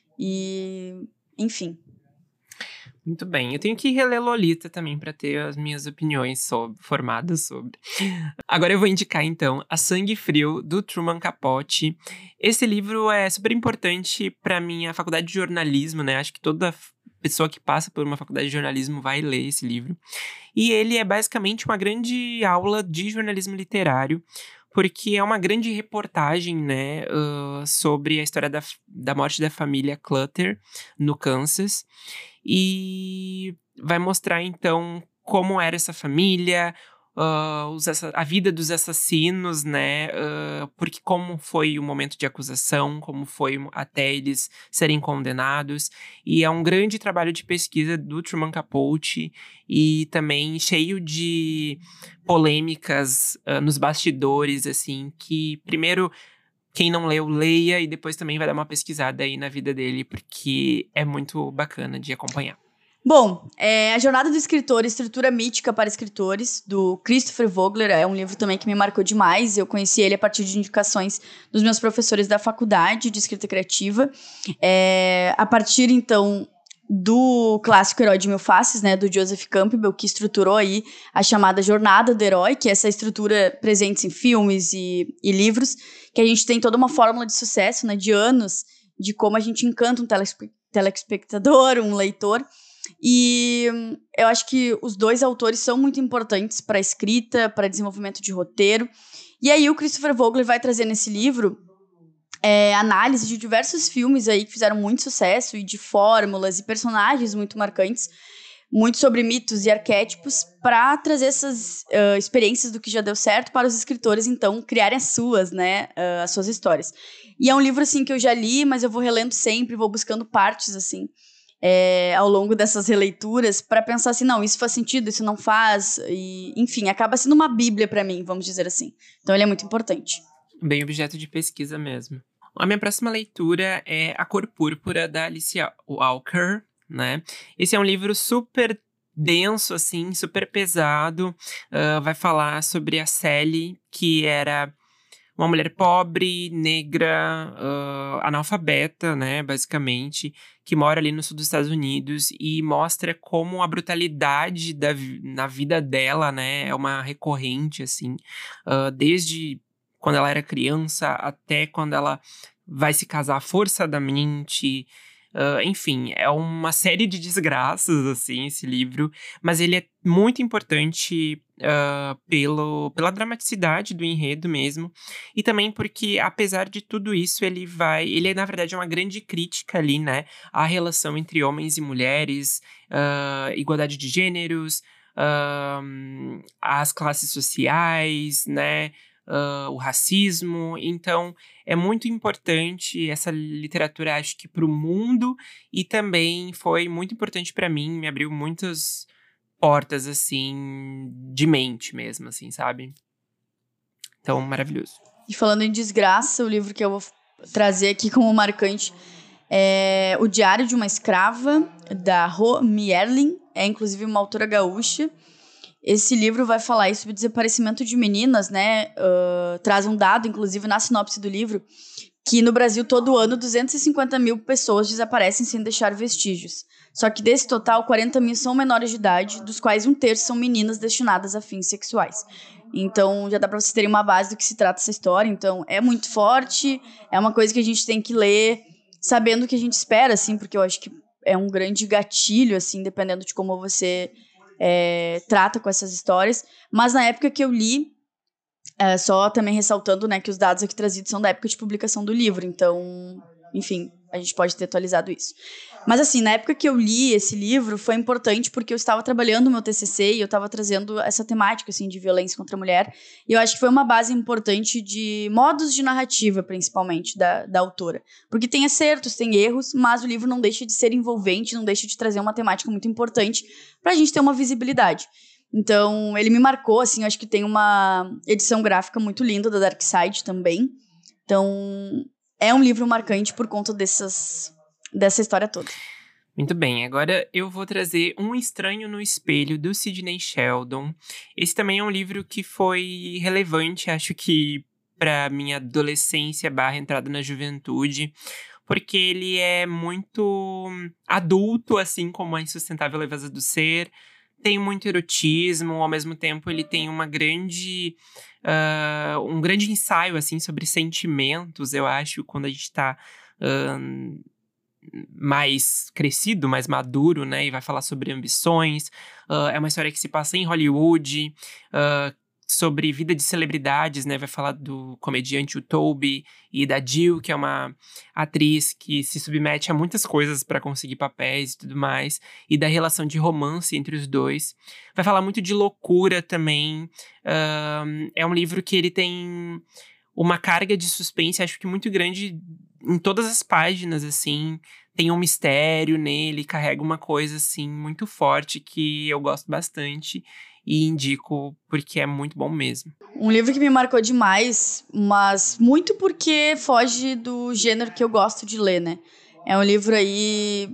e enfim. Muito bem, eu tenho que reler Lolita também para ter as minhas opiniões formadas sobre. Agora eu vou indicar então A Sangue Frio, do Truman Capote. Esse livro é super importante para minha faculdade de jornalismo, né? Acho que toda pessoa que passa por uma faculdade de jornalismo vai ler esse livro. E ele é basicamente uma grande aula de jornalismo literário, porque é uma grande reportagem, né, sobre a história da morte da família Clutter no Kansas. E vai mostrar, então, como era essa família, a vida dos assassinos, né? Porque como foi o momento de acusação, como foi até eles serem condenados. E é um grande trabalho de pesquisa do Truman Capote e também cheio de polêmicas nos bastidores, assim, que primeiro... Quem não leu, leia, e depois também vai dar uma pesquisada aí na vida dele, porque é muito bacana de acompanhar. Bom, A Jornada do Escritor, Estrutura Mítica para Escritores, do Christopher Vogler, é um livro também que me marcou demais. Eu conheci ele a partir de indicações dos meus professores da faculdade de escrita criativa. A partir, então, do clássico Herói de Mil Faces, né, do Joseph Campbell, que estruturou aí a chamada Jornada do Herói, que é essa estrutura presente em filmes e livros, que a gente tem toda uma fórmula de sucesso, né, de anos, de como a gente encanta um telespectador, um leitor. E eu acho que os dois autores são muito importantes para a escrita, para desenvolvimento de roteiro. E aí o Christopher Vogler vai trazer nesse livro análise de diversos filmes aí que fizeram muito sucesso, e de fórmulas e personagens muito marcantes, muito sobre mitos e arquétipos, para trazer essas experiências do que já deu certo para os escritores, então, criarem as suas, né, as suas histórias. E é um livro, assim, que eu já li, mas eu vou relendo sempre, vou buscando partes, assim, ao longo dessas releituras, para pensar assim, não, isso faz sentido, isso não faz, e, enfim, acaba sendo uma bíblia para mim, vamos dizer assim. Então ele é muito importante. Bem objeto de pesquisa mesmo. A minha próxima leitura é A Cor Púrpura, da Alicia Walker, né? Esse é um livro super denso, assim, super pesado. Vai falar sobre a Sally, que era uma mulher pobre, negra, analfabeta, né, basicamente, que mora ali no sul dos Estados Unidos e mostra como a brutalidade na vida dela, né, é uma recorrente, assim, desde quando ela era criança até quando ela vai se casar forçadamente. Enfim, é uma série de desgraças, assim, esse livro, mas ele é muito importante pela dramaticidade do enredo mesmo, e também porque, apesar de tudo isso, ele é, na verdade, uma grande crítica ali, né, à relação entre homens e mulheres, igualdade de gêneros, as classes sociais, né, o racismo. Então, é muito importante essa literatura, acho que para o mundo, e também foi muito importante para mim, me abriu muitas portas, assim, de mente mesmo, assim, sabe? Então, maravilhoso. E falando em desgraça, o livro que eu vou trazer aqui como marcante é O Diário de uma Escrava, da Ro Mierling. É, inclusive, uma autora gaúcha. Esse livro vai falar aí sobre o desaparecimento de meninas, né? Traz um dado, inclusive, na sinopse do livro, que no Brasil, todo ano, 250 mil pessoas desaparecem sem deixar vestígios. Só que desse total, 40 mil são menores de idade, dos quais um terço são meninas destinadas a fins sexuais. Então, já dá pra vocês terem uma base do que se trata essa história. Então, é muito forte, é uma coisa que a gente tem que ler sabendo o que a gente espera, assim, porque eu acho que é um grande gatilho, assim, dependendo de como você trata com essas histórias. Mas na época que eu li, só também ressaltando, né, que os dados aqui trazidos são da época de publicação do livro, então, enfim, a gente pode ter atualizado isso. Mas assim, na época que eu li esse livro, foi importante porque eu estava trabalhando no meu TCC e eu estava trazendo essa temática, assim, de violência contra a mulher, e eu acho que foi uma base importante de modos de narrativa, principalmente, da autora. Porque tem acertos, tem erros, mas o livro não deixa de ser envolvente, não deixa de trazer uma temática muito importante pra gente ter uma visibilidade. Então, ele me marcou, assim, eu acho que tem uma edição gráfica muito linda da Dark Side também. Então, é um livro marcante por conta dessa história toda. Muito bem, agora eu vou trazer Um Estranho no Espelho, do Sidney Sheldon. Esse também é um livro que foi relevante, acho que para minha adolescência / entrada na juventude, porque ele é muito adulto, assim como A Insustentável Leveza do Ser. Tem muito erotismo, ao mesmo tempo ele tem um grande ensaio, assim, sobre sentimentos, eu acho, quando a gente tá mais crescido, mais maduro, né, e vai falar sobre ambições. É uma história que se passa em Hollywood, sobre vida de celebridades, né, vai falar do comediante o Toby e da Jill, que é uma atriz que se submete a muitas coisas para conseguir papéis e tudo mais, e da relação de romance entre os dois. Vai falar muito de loucura também. É um livro que ele tem uma carga de suspense, acho que muito grande em todas as páginas, assim. Tem um mistério nele, carrega uma coisa, assim, muito forte que eu gosto bastante e indico porque é muito bom mesmo. Um livro que me marcou demais, mas muito porque foge do gênero que eu gosto de ler, né? É um livro aí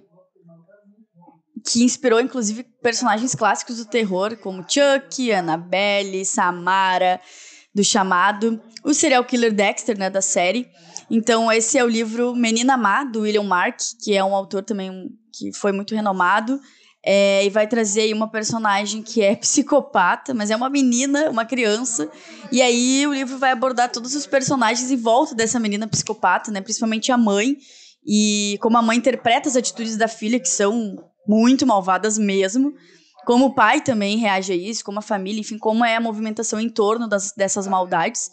que inspirou, inclusive, personagens clássicos do terror, como Chuck, Annabelle, Samara, do Chamado, o serial killer Dexter, né, da série. Então, esse é o livro Menina Má, do William Mark, que é um autor também que foi muito renomado, e vai trazer aí uma personagem que é psicopata, mas é uma menina, uma criança, e aí o livro vai abordar todos os personagens em volta dessa menina psicopata, né, principalmente a mãe, e como a mãe interpreta as atitudes da filha, que são muito malvadas mesmo, como o pai também reage a isso, como a família, enfim, como é a movimentação em torno dessas maldades.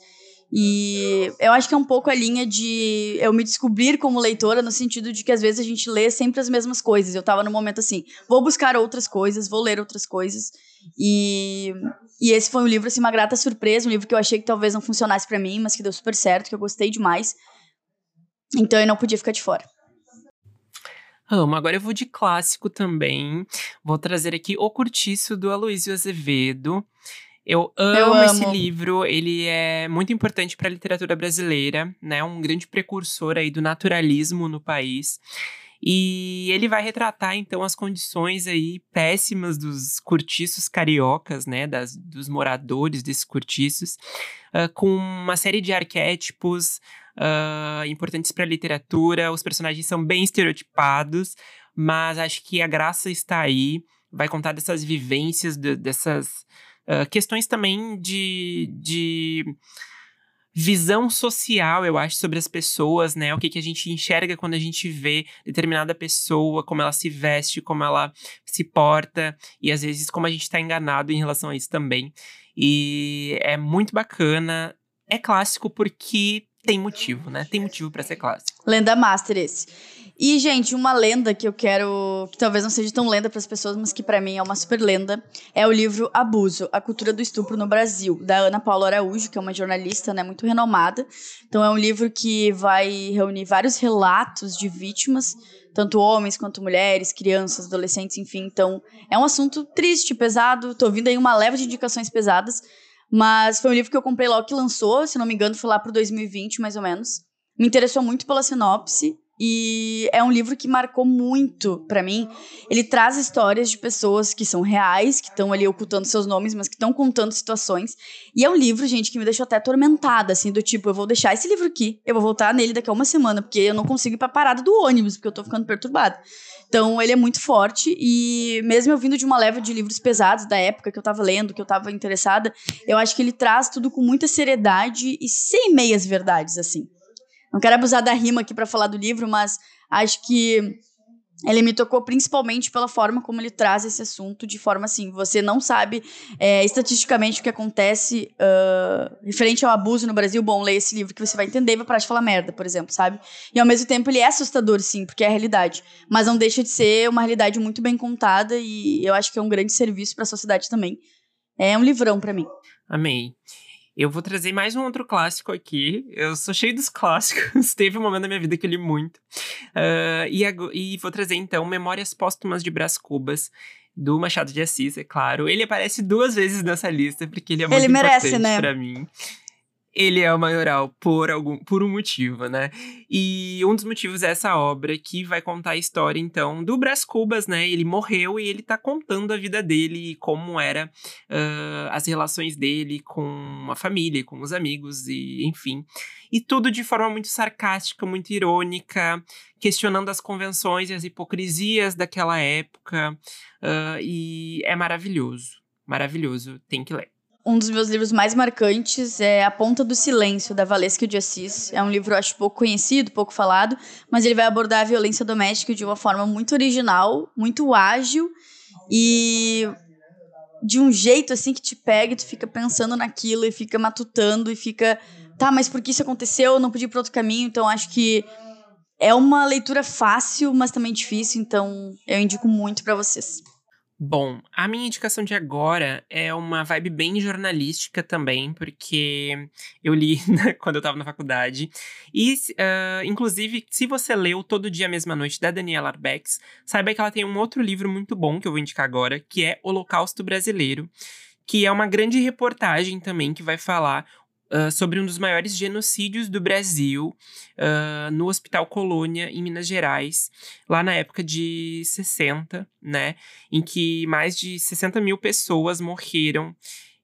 E eu acho que é um pouco a linha de eu me descobrir como leitora, no sentido de que às vezes a gente lê sempre as mesmas coisas. Eu tava no momento assim, vou buscar outras coisas, vou ler outras coisas. E esse foi um livro, assim, uma grata surpresa, um livro que eu achei que talvez não funcionasse pra mim, mas que deu super certo, que eu gostei demais. Então eu não podia ficar de fora. Agora eu vou de clássico também. Vou trazer aqui O Cortiço, do Aloysio Azevedo. Eu amo esse livro, ele é muito importante para a literatura brasileira, né? Um grande precursor aí do naturalismo no país. E ele vai retratar, então, as condições aí péssimas dos cortiços cariocas, né, dos moradores desses cortiços, com uma série de arquétipos importantes para a literatura. Os personagens são bem estereotipados, mas acho que a graça está aí. Vai contar dessas vivências, dessas questões também de visão social, eu acho, sobre as pessoas, né? O que a gente enxerga quando a gente vê determinada pessoa, como ela se veste, como ela se porta, e às vezes como a gente tá enganado em relação a isso também. E é muito bacana. É clássico porque tem motivo, né? Tem motivo pra ser clássico. Lenda master esse. E, gente, uma lenda que eu quero... que talvez não seja tão lenda para as pessoas, mas que para mim é uma super lenda, é o livro Abuso, A Cultura do Estupro no Brasil, da Ana Paula Araújo, que é uma jornalista, né, muito renomada. Então é um livro que vai reunir vários relatos de vítimas, tanto homens quanto mulheres, crianças, adolescentes, enfim. Então é um assunto triste, pesado. Tô ouvindo aí uma leva de indicações pesadas, mas foi um livro que eu comprei logo que lançou, se não me engano, foi lá pro 2020, mais ou menos. Me interessou muito pela sinopse e é um livro que marcou muito pra mim. Ele traz histórias de pessoas que são reais, que estão ali ocultando seus nomes, mas que estão contando situações. E é um livro, gente, que me deixou até atormentada, assim, do tipo, eu vou deixar esse livro aqui, eu vou voltar nele daqui a uma semana, porque eu não consigo ir pra parada do ônibus, porque eu tô ficando perturbada. Então, ele é muito forte e mesmo eu vindo de uma leva de livros pesados da época que eu tava lendo, que eu tava interessada, eu acho que ele traz tudo com muita seriedade e sem meias verdades, assim. Não quero abusar da rima aqui pra falar do livro, mas acho que ele me tocou principalmente pela forma como ele traz esse assunto, de forma assim, você não sabe estatisticamente o que acontece referente ao abuso no Brasil. Bom, leia esse livro que você vai entender e vai parar de falar merda, por exemplo, sabe? E ao mesmo tempo ele é assustador, sim, porque é a realidade, mas não deixa de ser uma realidade muito bem contada e eu acho que é um grande serviço pra sociedade também. É um livrão pra mim. Amei. Eu vou trazer mais um outro clássico aqui. Eu sou cheio dos clássicos. Teve um momento da minha vida que eu li muito. E vou trazer, então, Memórias Póstumas de Brás Cubas, do Machado de Assis, é claro. Ele aparece 2 vezes nessa lista, porque ele é muito merece, importante né? pra mim. Ele é o maioral por um motivo, né? E um dos motivos é essa obra que vai contar a história, então, do Brás Cubas, né? Ele morreu e ele tá contando a vida dele e como era as relações dele com a família, com os amigos e enfim. E tudo de forma muito sarcástica, muito irônica, questionando as convenções e as hipocrisias daquela época. E é maravilhoso. Maravilhoso, tem que ler. Um dos meus livros mais marcantes é A Ponta do Silêncio, da Valesca de Assis. É um livro, acho, pouco conhecido, pouco falado, mas ele vai abordar a violência doméstica de uma forma muito original, muito ágil e de um jeito, assim, que te pega e tu fica pensando naquilo e fica matutando e fica... Tá, mas por que isso aconteceu? Eu não podia ir para outro caminho. Então, acho que é uma leitura fácil, mas também difícil. Então, eu indico muito para vocês. Bom, a minha indicação de agora é uma vibe bem jornalística também, porque eu li quando eu tava na faculdade. E, inclusive, se você leu Todo Dia, Mesma Noite, da Daniela Arbex, saiba que ela tem um outro livro muito bom, que eu vou indicar agora, que é Holocausto Brasileiro, que é uma grande reportagem também, que vai falar sobre um dos maiores genocídios do Brasil, no Hospital Colônia, em Minas Gerais, lá na época de 60, né? Em que mais de 60 mil pessoas morreram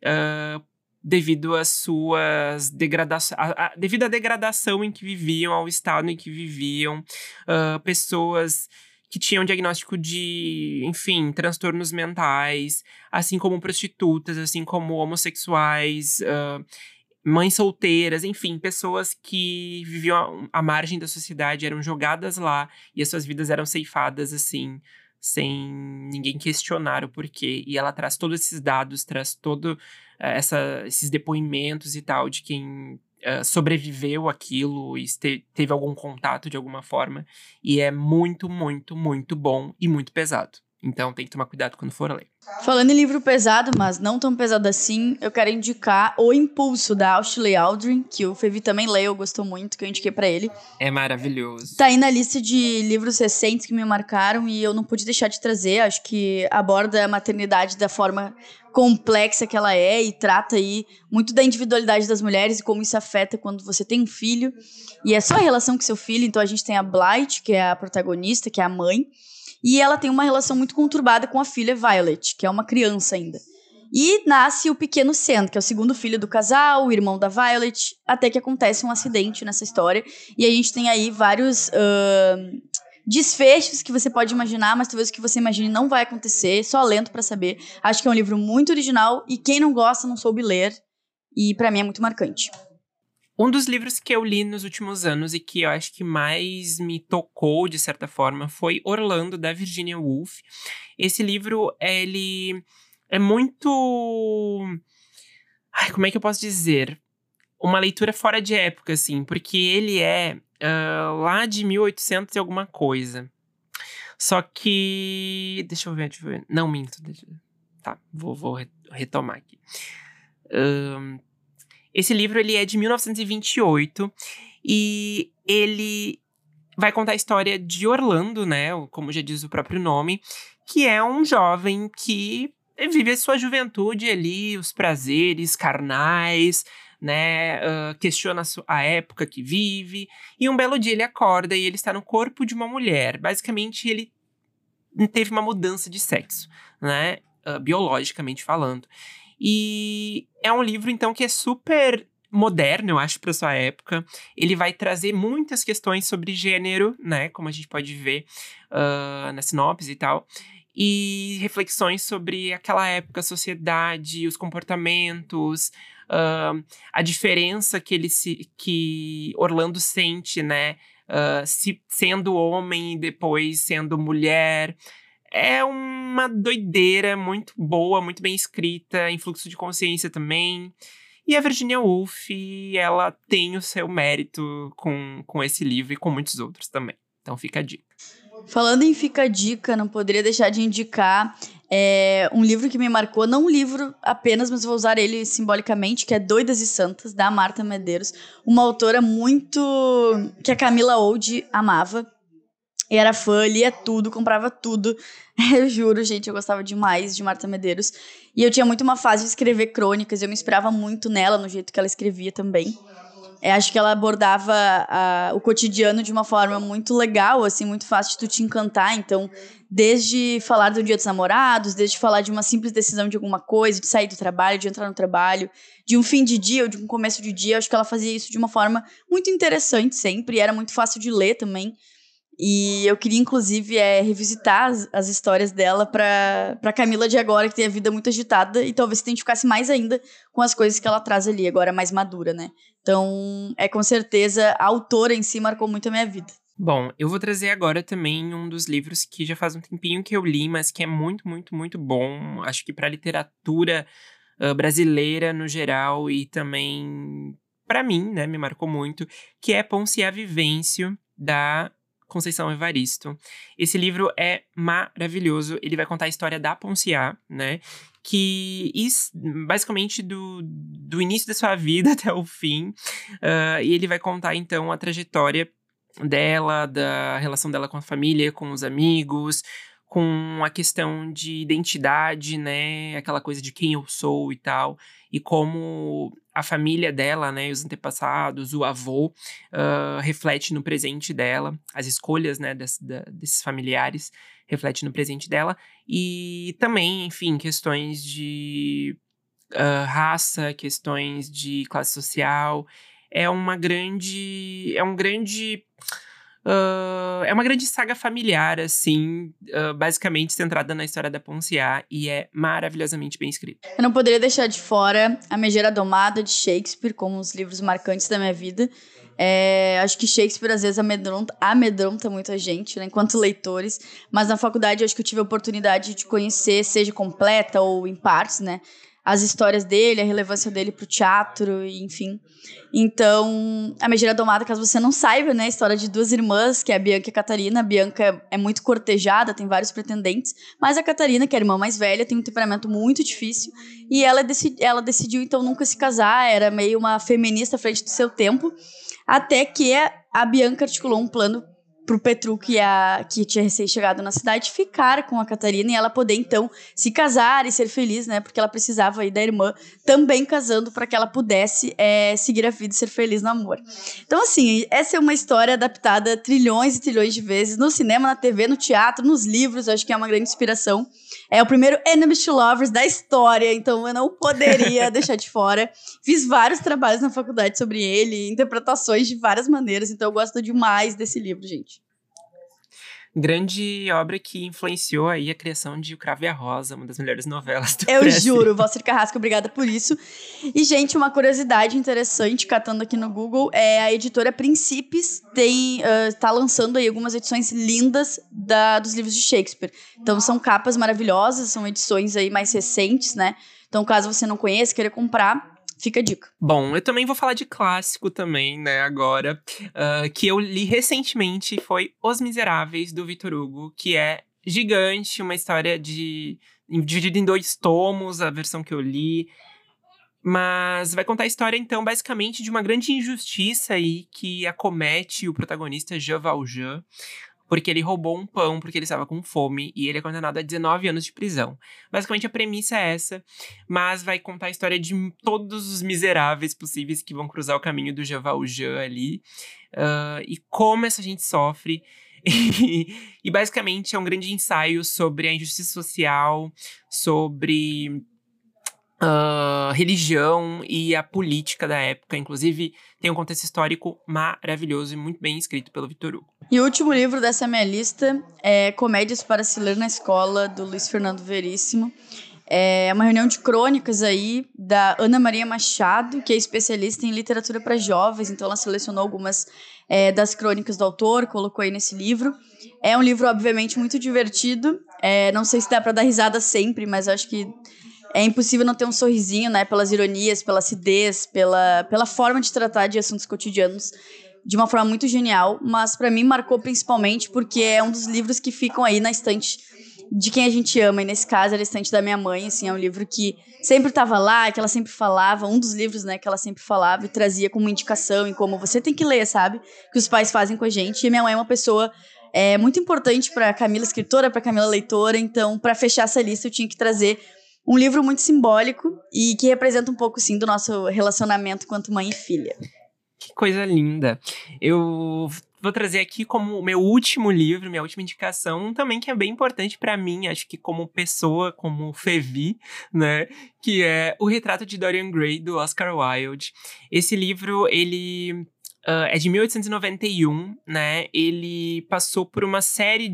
devido às suas devido à degradação em que viviam, ao estado em que viviam, pessoas que tinham diagnóstico de, enfim, transtornos mentais, assim como prostitutas, assim como homossexuais, mães solteiras, enfim, pessoas que viviam à margem da sociedade, eram jogadas lá e as suas vidas eram ceifadas, assim, sem ninguém questionar o porquê. E ela traz todos esses dados, traz todo esses depoimentos e tal de quem sobreviveu àquilo e teve algum contato de alguma forma. E é muito, muito, muito bom e muito pesado. Então tem que tomar cuidado quando for ler. Falando em livro pesado, mas não tão pesado assim, eu quero indicar O Impulso, da Ashley Aldrin, que o Fevi também leu, gostou muito, que eu indiquei pra ele. É maravilhoso. Tá aí na lista de livros recentes que me marcaram e eu não pude deixar de trazer. Acho que aborda a maternidade da forma complexa que ela é e trata aí muito da individualidade das mulheres e como isso afeta quando você tem um filho. E é só a relação com seu filho. Então a gente tem a Blythe, que é a protagonista, que é a mãe. E ela tem uma relação muito conturbada com a filha Violet, que é uma criança ainda. E nasce o pequeno Sam, que é o segundo filho do casal, o irmão da Violet, até que acontece um acidente nessa história. E a gente tem aí vários desfechos que você pode imaginar, mas talvez o que você imagine não vai acontecer, só lendo pra saber. Acho que é um livro muito original e quem não gosta não soube ler. E pra mim é muito marcante. Um dos livros que eu li nos últimos anos e que eu acho que mais me tocou, de certa forma, foi Orlando, da Virginia Woolf. Esse livro, ele é muito... como é que eu posso dizer? Uma leitura fora de época, assim, porque ele é lá de 1800 e alguma coisa. Só que... Deixa eu ver. Não, minto. Tá, vou retomar aqui. Esse livro, ele é de 1928 e ele vai contar a história de Orlando, né? Como já diz o próprio nome, que é um jovem que vive a sua juventude ali, os prazeres carnais, né? Questiona a época que vive. E um belo dia ele acorda e ele está no corpo de uma mulher. Basicamente, ele teve uma mudança de sexo, né? Biologicamente falando. E é um livro, então, que é super moderno, eu acho, para sua época. Ele vai trazer muitas questões sobre gênero, né? Como a gente pode ver na sinopse e tal. E reflexões sobre aquela época, a sociedade, os comportamentos, a diferença que Orlando sente, né? Sendo homem e depois sendo mulher. É uma doideira muito boa, muito bem escrita, em fluxo de consciência também. E a Virginia Woolf, ela tem o seu mérito com esse livro e com muitos outros também. Então fica a dica. Falando em Fica a Dica, não poderia deixar de indicar um livro que me marcou, não um livro apenas, mas vou usar ele simbolicamente, que é Doidas e Santas, da Marta Medeiros, uma autora muito... que a Camila Old amava. E era fã, lia tudo, comprava tudo. Eu juro, gente, eu gostava demais de Marta Medeiros. E eu tinha muito uma fase de escrever crônicas, eu me inspirava muito nela, no jeito que ela escrevia também. Acho que ela abordava o cotidiano de uma forma muito legal, assim, muito fácil de tu te encantar. Então, desde falar do Dia dos Namorados, desde falar de uma simples decisão de alguma coisa, de sair do trabalho, de entrar no trabalho, de um fim de dia ou de um começo de dia, acho que ela fazia isso de uma forma muito interessante sempre, e era muito fácil de ler também. E eu queria, inclusive, revisitar as histórias dela pra Camila de agora, que tem a vida muito agitada, e talvez se identificasse mais ainda com as coisas que ela traz ali, agora mais madura, né? Então, com certeza, a autora em si marcou muito a minha vida. Bom, eu vou trazer agora também um dos livros que já faz um tempinho que eu li, mas que é muito, muito, muito bom. Acho que pra literatura brasileira no geral e também pra mim, né, me marcou muito, que é Ponciá Vivêncio, da Conceição Evaristo. Esse livro é maravilhoso. Ele vai contar a história da Ponciá, né? Que basicamente do início da sua vida até o fim. E ele vai contar, então, a trajetória dela, da relação dela com a família, com os amigos, com a questão de identidade, né? Aquela coisa de quem eu sou e tal. E como a família dela, né? Os antepassados, o avô, reflete no presente dela. As escolhas, né? Desses familiares reflete no presente dela. E também, enfim, questões de raça, questões de classe social. É uma grande saga familiar, assim, basicamente centrada na história da Ponciá, e é maravilhosamente bem escrita. Eu não poderia deixar de fora A Megera Domada, de Shakespeare, como os livros marcantes da minha vida. Acho que Shakespeare, às vezes, amedronta muita gente, né, enquanto leitores, mas na faculdade acho que eu tive a oportunidade de conhecer, seja completa ou em partes, né, as histórias dele, a relevância dele pro teatro, enfim. Então, A Megera Domada, caso você não saiba, né, a história de duas irmãs, que é a Bianca e a Catarina. A Bianca é muito cortejada, tem vários pretendentes, mas a Catarina, que é a irmã mais velha, tem um temperamento muito difícil, e ela decidiu, então, nunca se casar, era meio uma feminista à frente do seu tempo, até que a Bianca articulou um plano pro Petru, que tinha recém-chegado na cidade, ficar com a Catarina e ela poder, então, se casar e ser feliz, né? Porque ela precisava aí da irmã também casando para que ela pudesse seguir a vida e ser feliz no amor. Então, assim, essa é uma história adaptada trilhões e trilhões de vezes no cinema, na TV, no teatro, nos livros. Eu acho que é uma grande inspiração. É o primeiro Enemies to Lovers da história, então eu não poderia deixar de fora. Fiz vários trabalhos na faculdade sobre ele, interpretações de várias maneiras, então eu gosto demais desse livro, gente. Grande obra que influenciou aí a criação de O Cravo e a Rosa, uma das melhores novelas do Eu Brasil. juro, Valcir Carrasco, obrigada por isso. E, gente, uma curiosidade interessante, catando aqui no Google, a editora Príncipes tá lançando aí algumas edições lindas dos livros de Shakespeare. Então, são capas maravilhosas, são edições aí mais recentes, né? Então, caso você não conheça, queira comprar, fica a dica. Bom, eu também vou falar de clássico também, né, agora, que eu li recentemente, foi Os Miseráveis, do Victor Hugo, que é gigante, uma história dividida em 2 tomos, a versão que eu li, mas vai contar a história, então, basicamente, de uma grande injustiça aí que acomete o protagonista Jean Valjean, porque ele roubou um pão porque ele estava com fome e ele é condenado a 19 anos de prisão. Basicamente a premissa é essa, mas vai contar a história de todos os miseráveis possíveis que vão cruzar o caminho do Jean Valjean ali, e como essa gente sofre. E basicamente é um grande ensaio sobre a injustiça social, sobre religião e a política da época. Inclusive, tem um contexto histórico maravilhoso e muito bem escrito pelo Victor Hugo. E o último livro dessa minha lista é Comédias para se ler na Escola, do Luiz Fernando Veríssimo. É uma reunião de crônicas aí da Ana Maria Machado, que é especialista em literatura para jovens, então ela selecionou algumas das crônicas do autor, colocou aí nesse livro. É um livro, obviamente, muito divertido. Não sei se dá para dar risada sempre, mas acho que é impossível não ter um sorrisinho, né? Pelas ironias, pela acidez, pela forma de tratar de assuntos cotidianos de uma forma muito genial. Mas pra mim marcou principalmente porque é um dos livros que ficam aí na estante de quem a gente ama. E nesse caso era a estante da minha mãe, assim. É um livro que sempre estava lá, que ela sempre falava. Um dos livros, né, que ela sempre falava e trazia como indicação e como você tem que ler, sabe? Que os pais fazem com a gente. E minha mãe é uma pessoa muito importante pra Camila, escritora, pra Camila, leitora. Então, pra fechar essa lista, eu tinha que trazer um livro muito simbólico e que representa um pouco, sim, do nosso relacionamento quanto mãe e filha. Que coisa linda. Eu vou trazer aqui como meu último livro, minha última indicação, também que é bem importante pra mim, acho que como pessoa, como Fevi, né? Que é O Retrato de Dorian Gray, do Oscar Wilde. Esse livro, ele é de 1891, né? Ele passou por uma série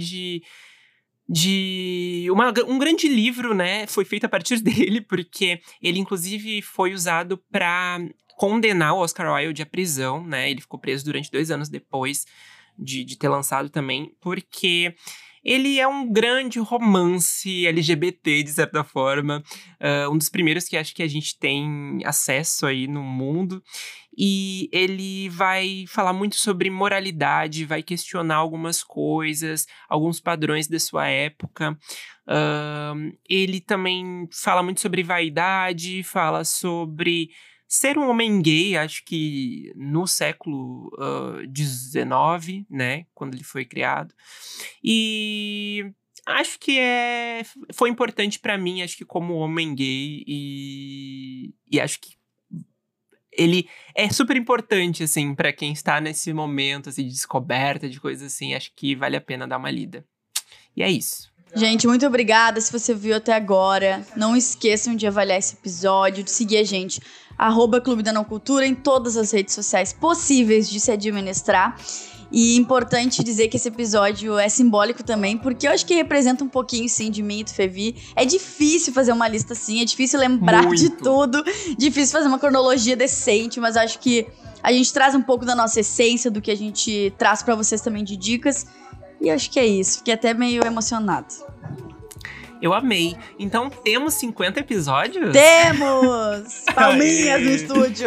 um grande livro, né, foi feito a partir dele, porque ele, inclusive, foi usado para condenar o Oscar Wilde à prisão, né, ele ficou preso durante 2 anos depois de ter lançado também, porque ele é um grande romance LGBT, de certa forma, um dos primeiros que acho que a gente tem acesso aí no mundo. E ele vai falar muito sobre moralidade, vai questionar algumas coisas, alguns padrões da sua época. Ele também fala muito sobre vaidade, fala sobre ser um homem gay, acho que no século XIX, né, quando ele foi criado. E acho que foi importante pra mim, acho que como homem gay, e acho que ele é super importante, assim, pra quem está nesse momento, assim, de descoberta, de coisas assim. Acho que vale a pena dar uma lida. E é isso. Gente, muito obrigada se você viu até agora. Não esqueçam de avaliar esse episódio, de seguir a gente, @Clube da Não Cultura, em todas as redes sociais possíveis de se administrar. E importante dizer que esse episódio é simbólico também, porque eu acho que representa um pouquinho, sim, de mim e do Fevi. É difícil fazer uma lista assim, é difícil lembrar de tudo, difícil fazer uma cronologia decente, mas acho que a gente traz um pouco da nossa essência, do que a gente traz pra vocês também de dicas. E acho que é isso, fiquei até meio emocionado. Eu amei. Então, temos 50 episódios? Temos! Palminhas no estúdio.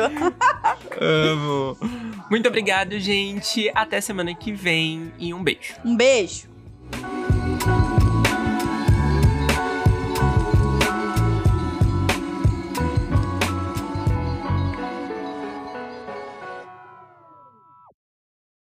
Amo. Muito obrigado, gente. Até semana que vem e um beijo. Um beijo.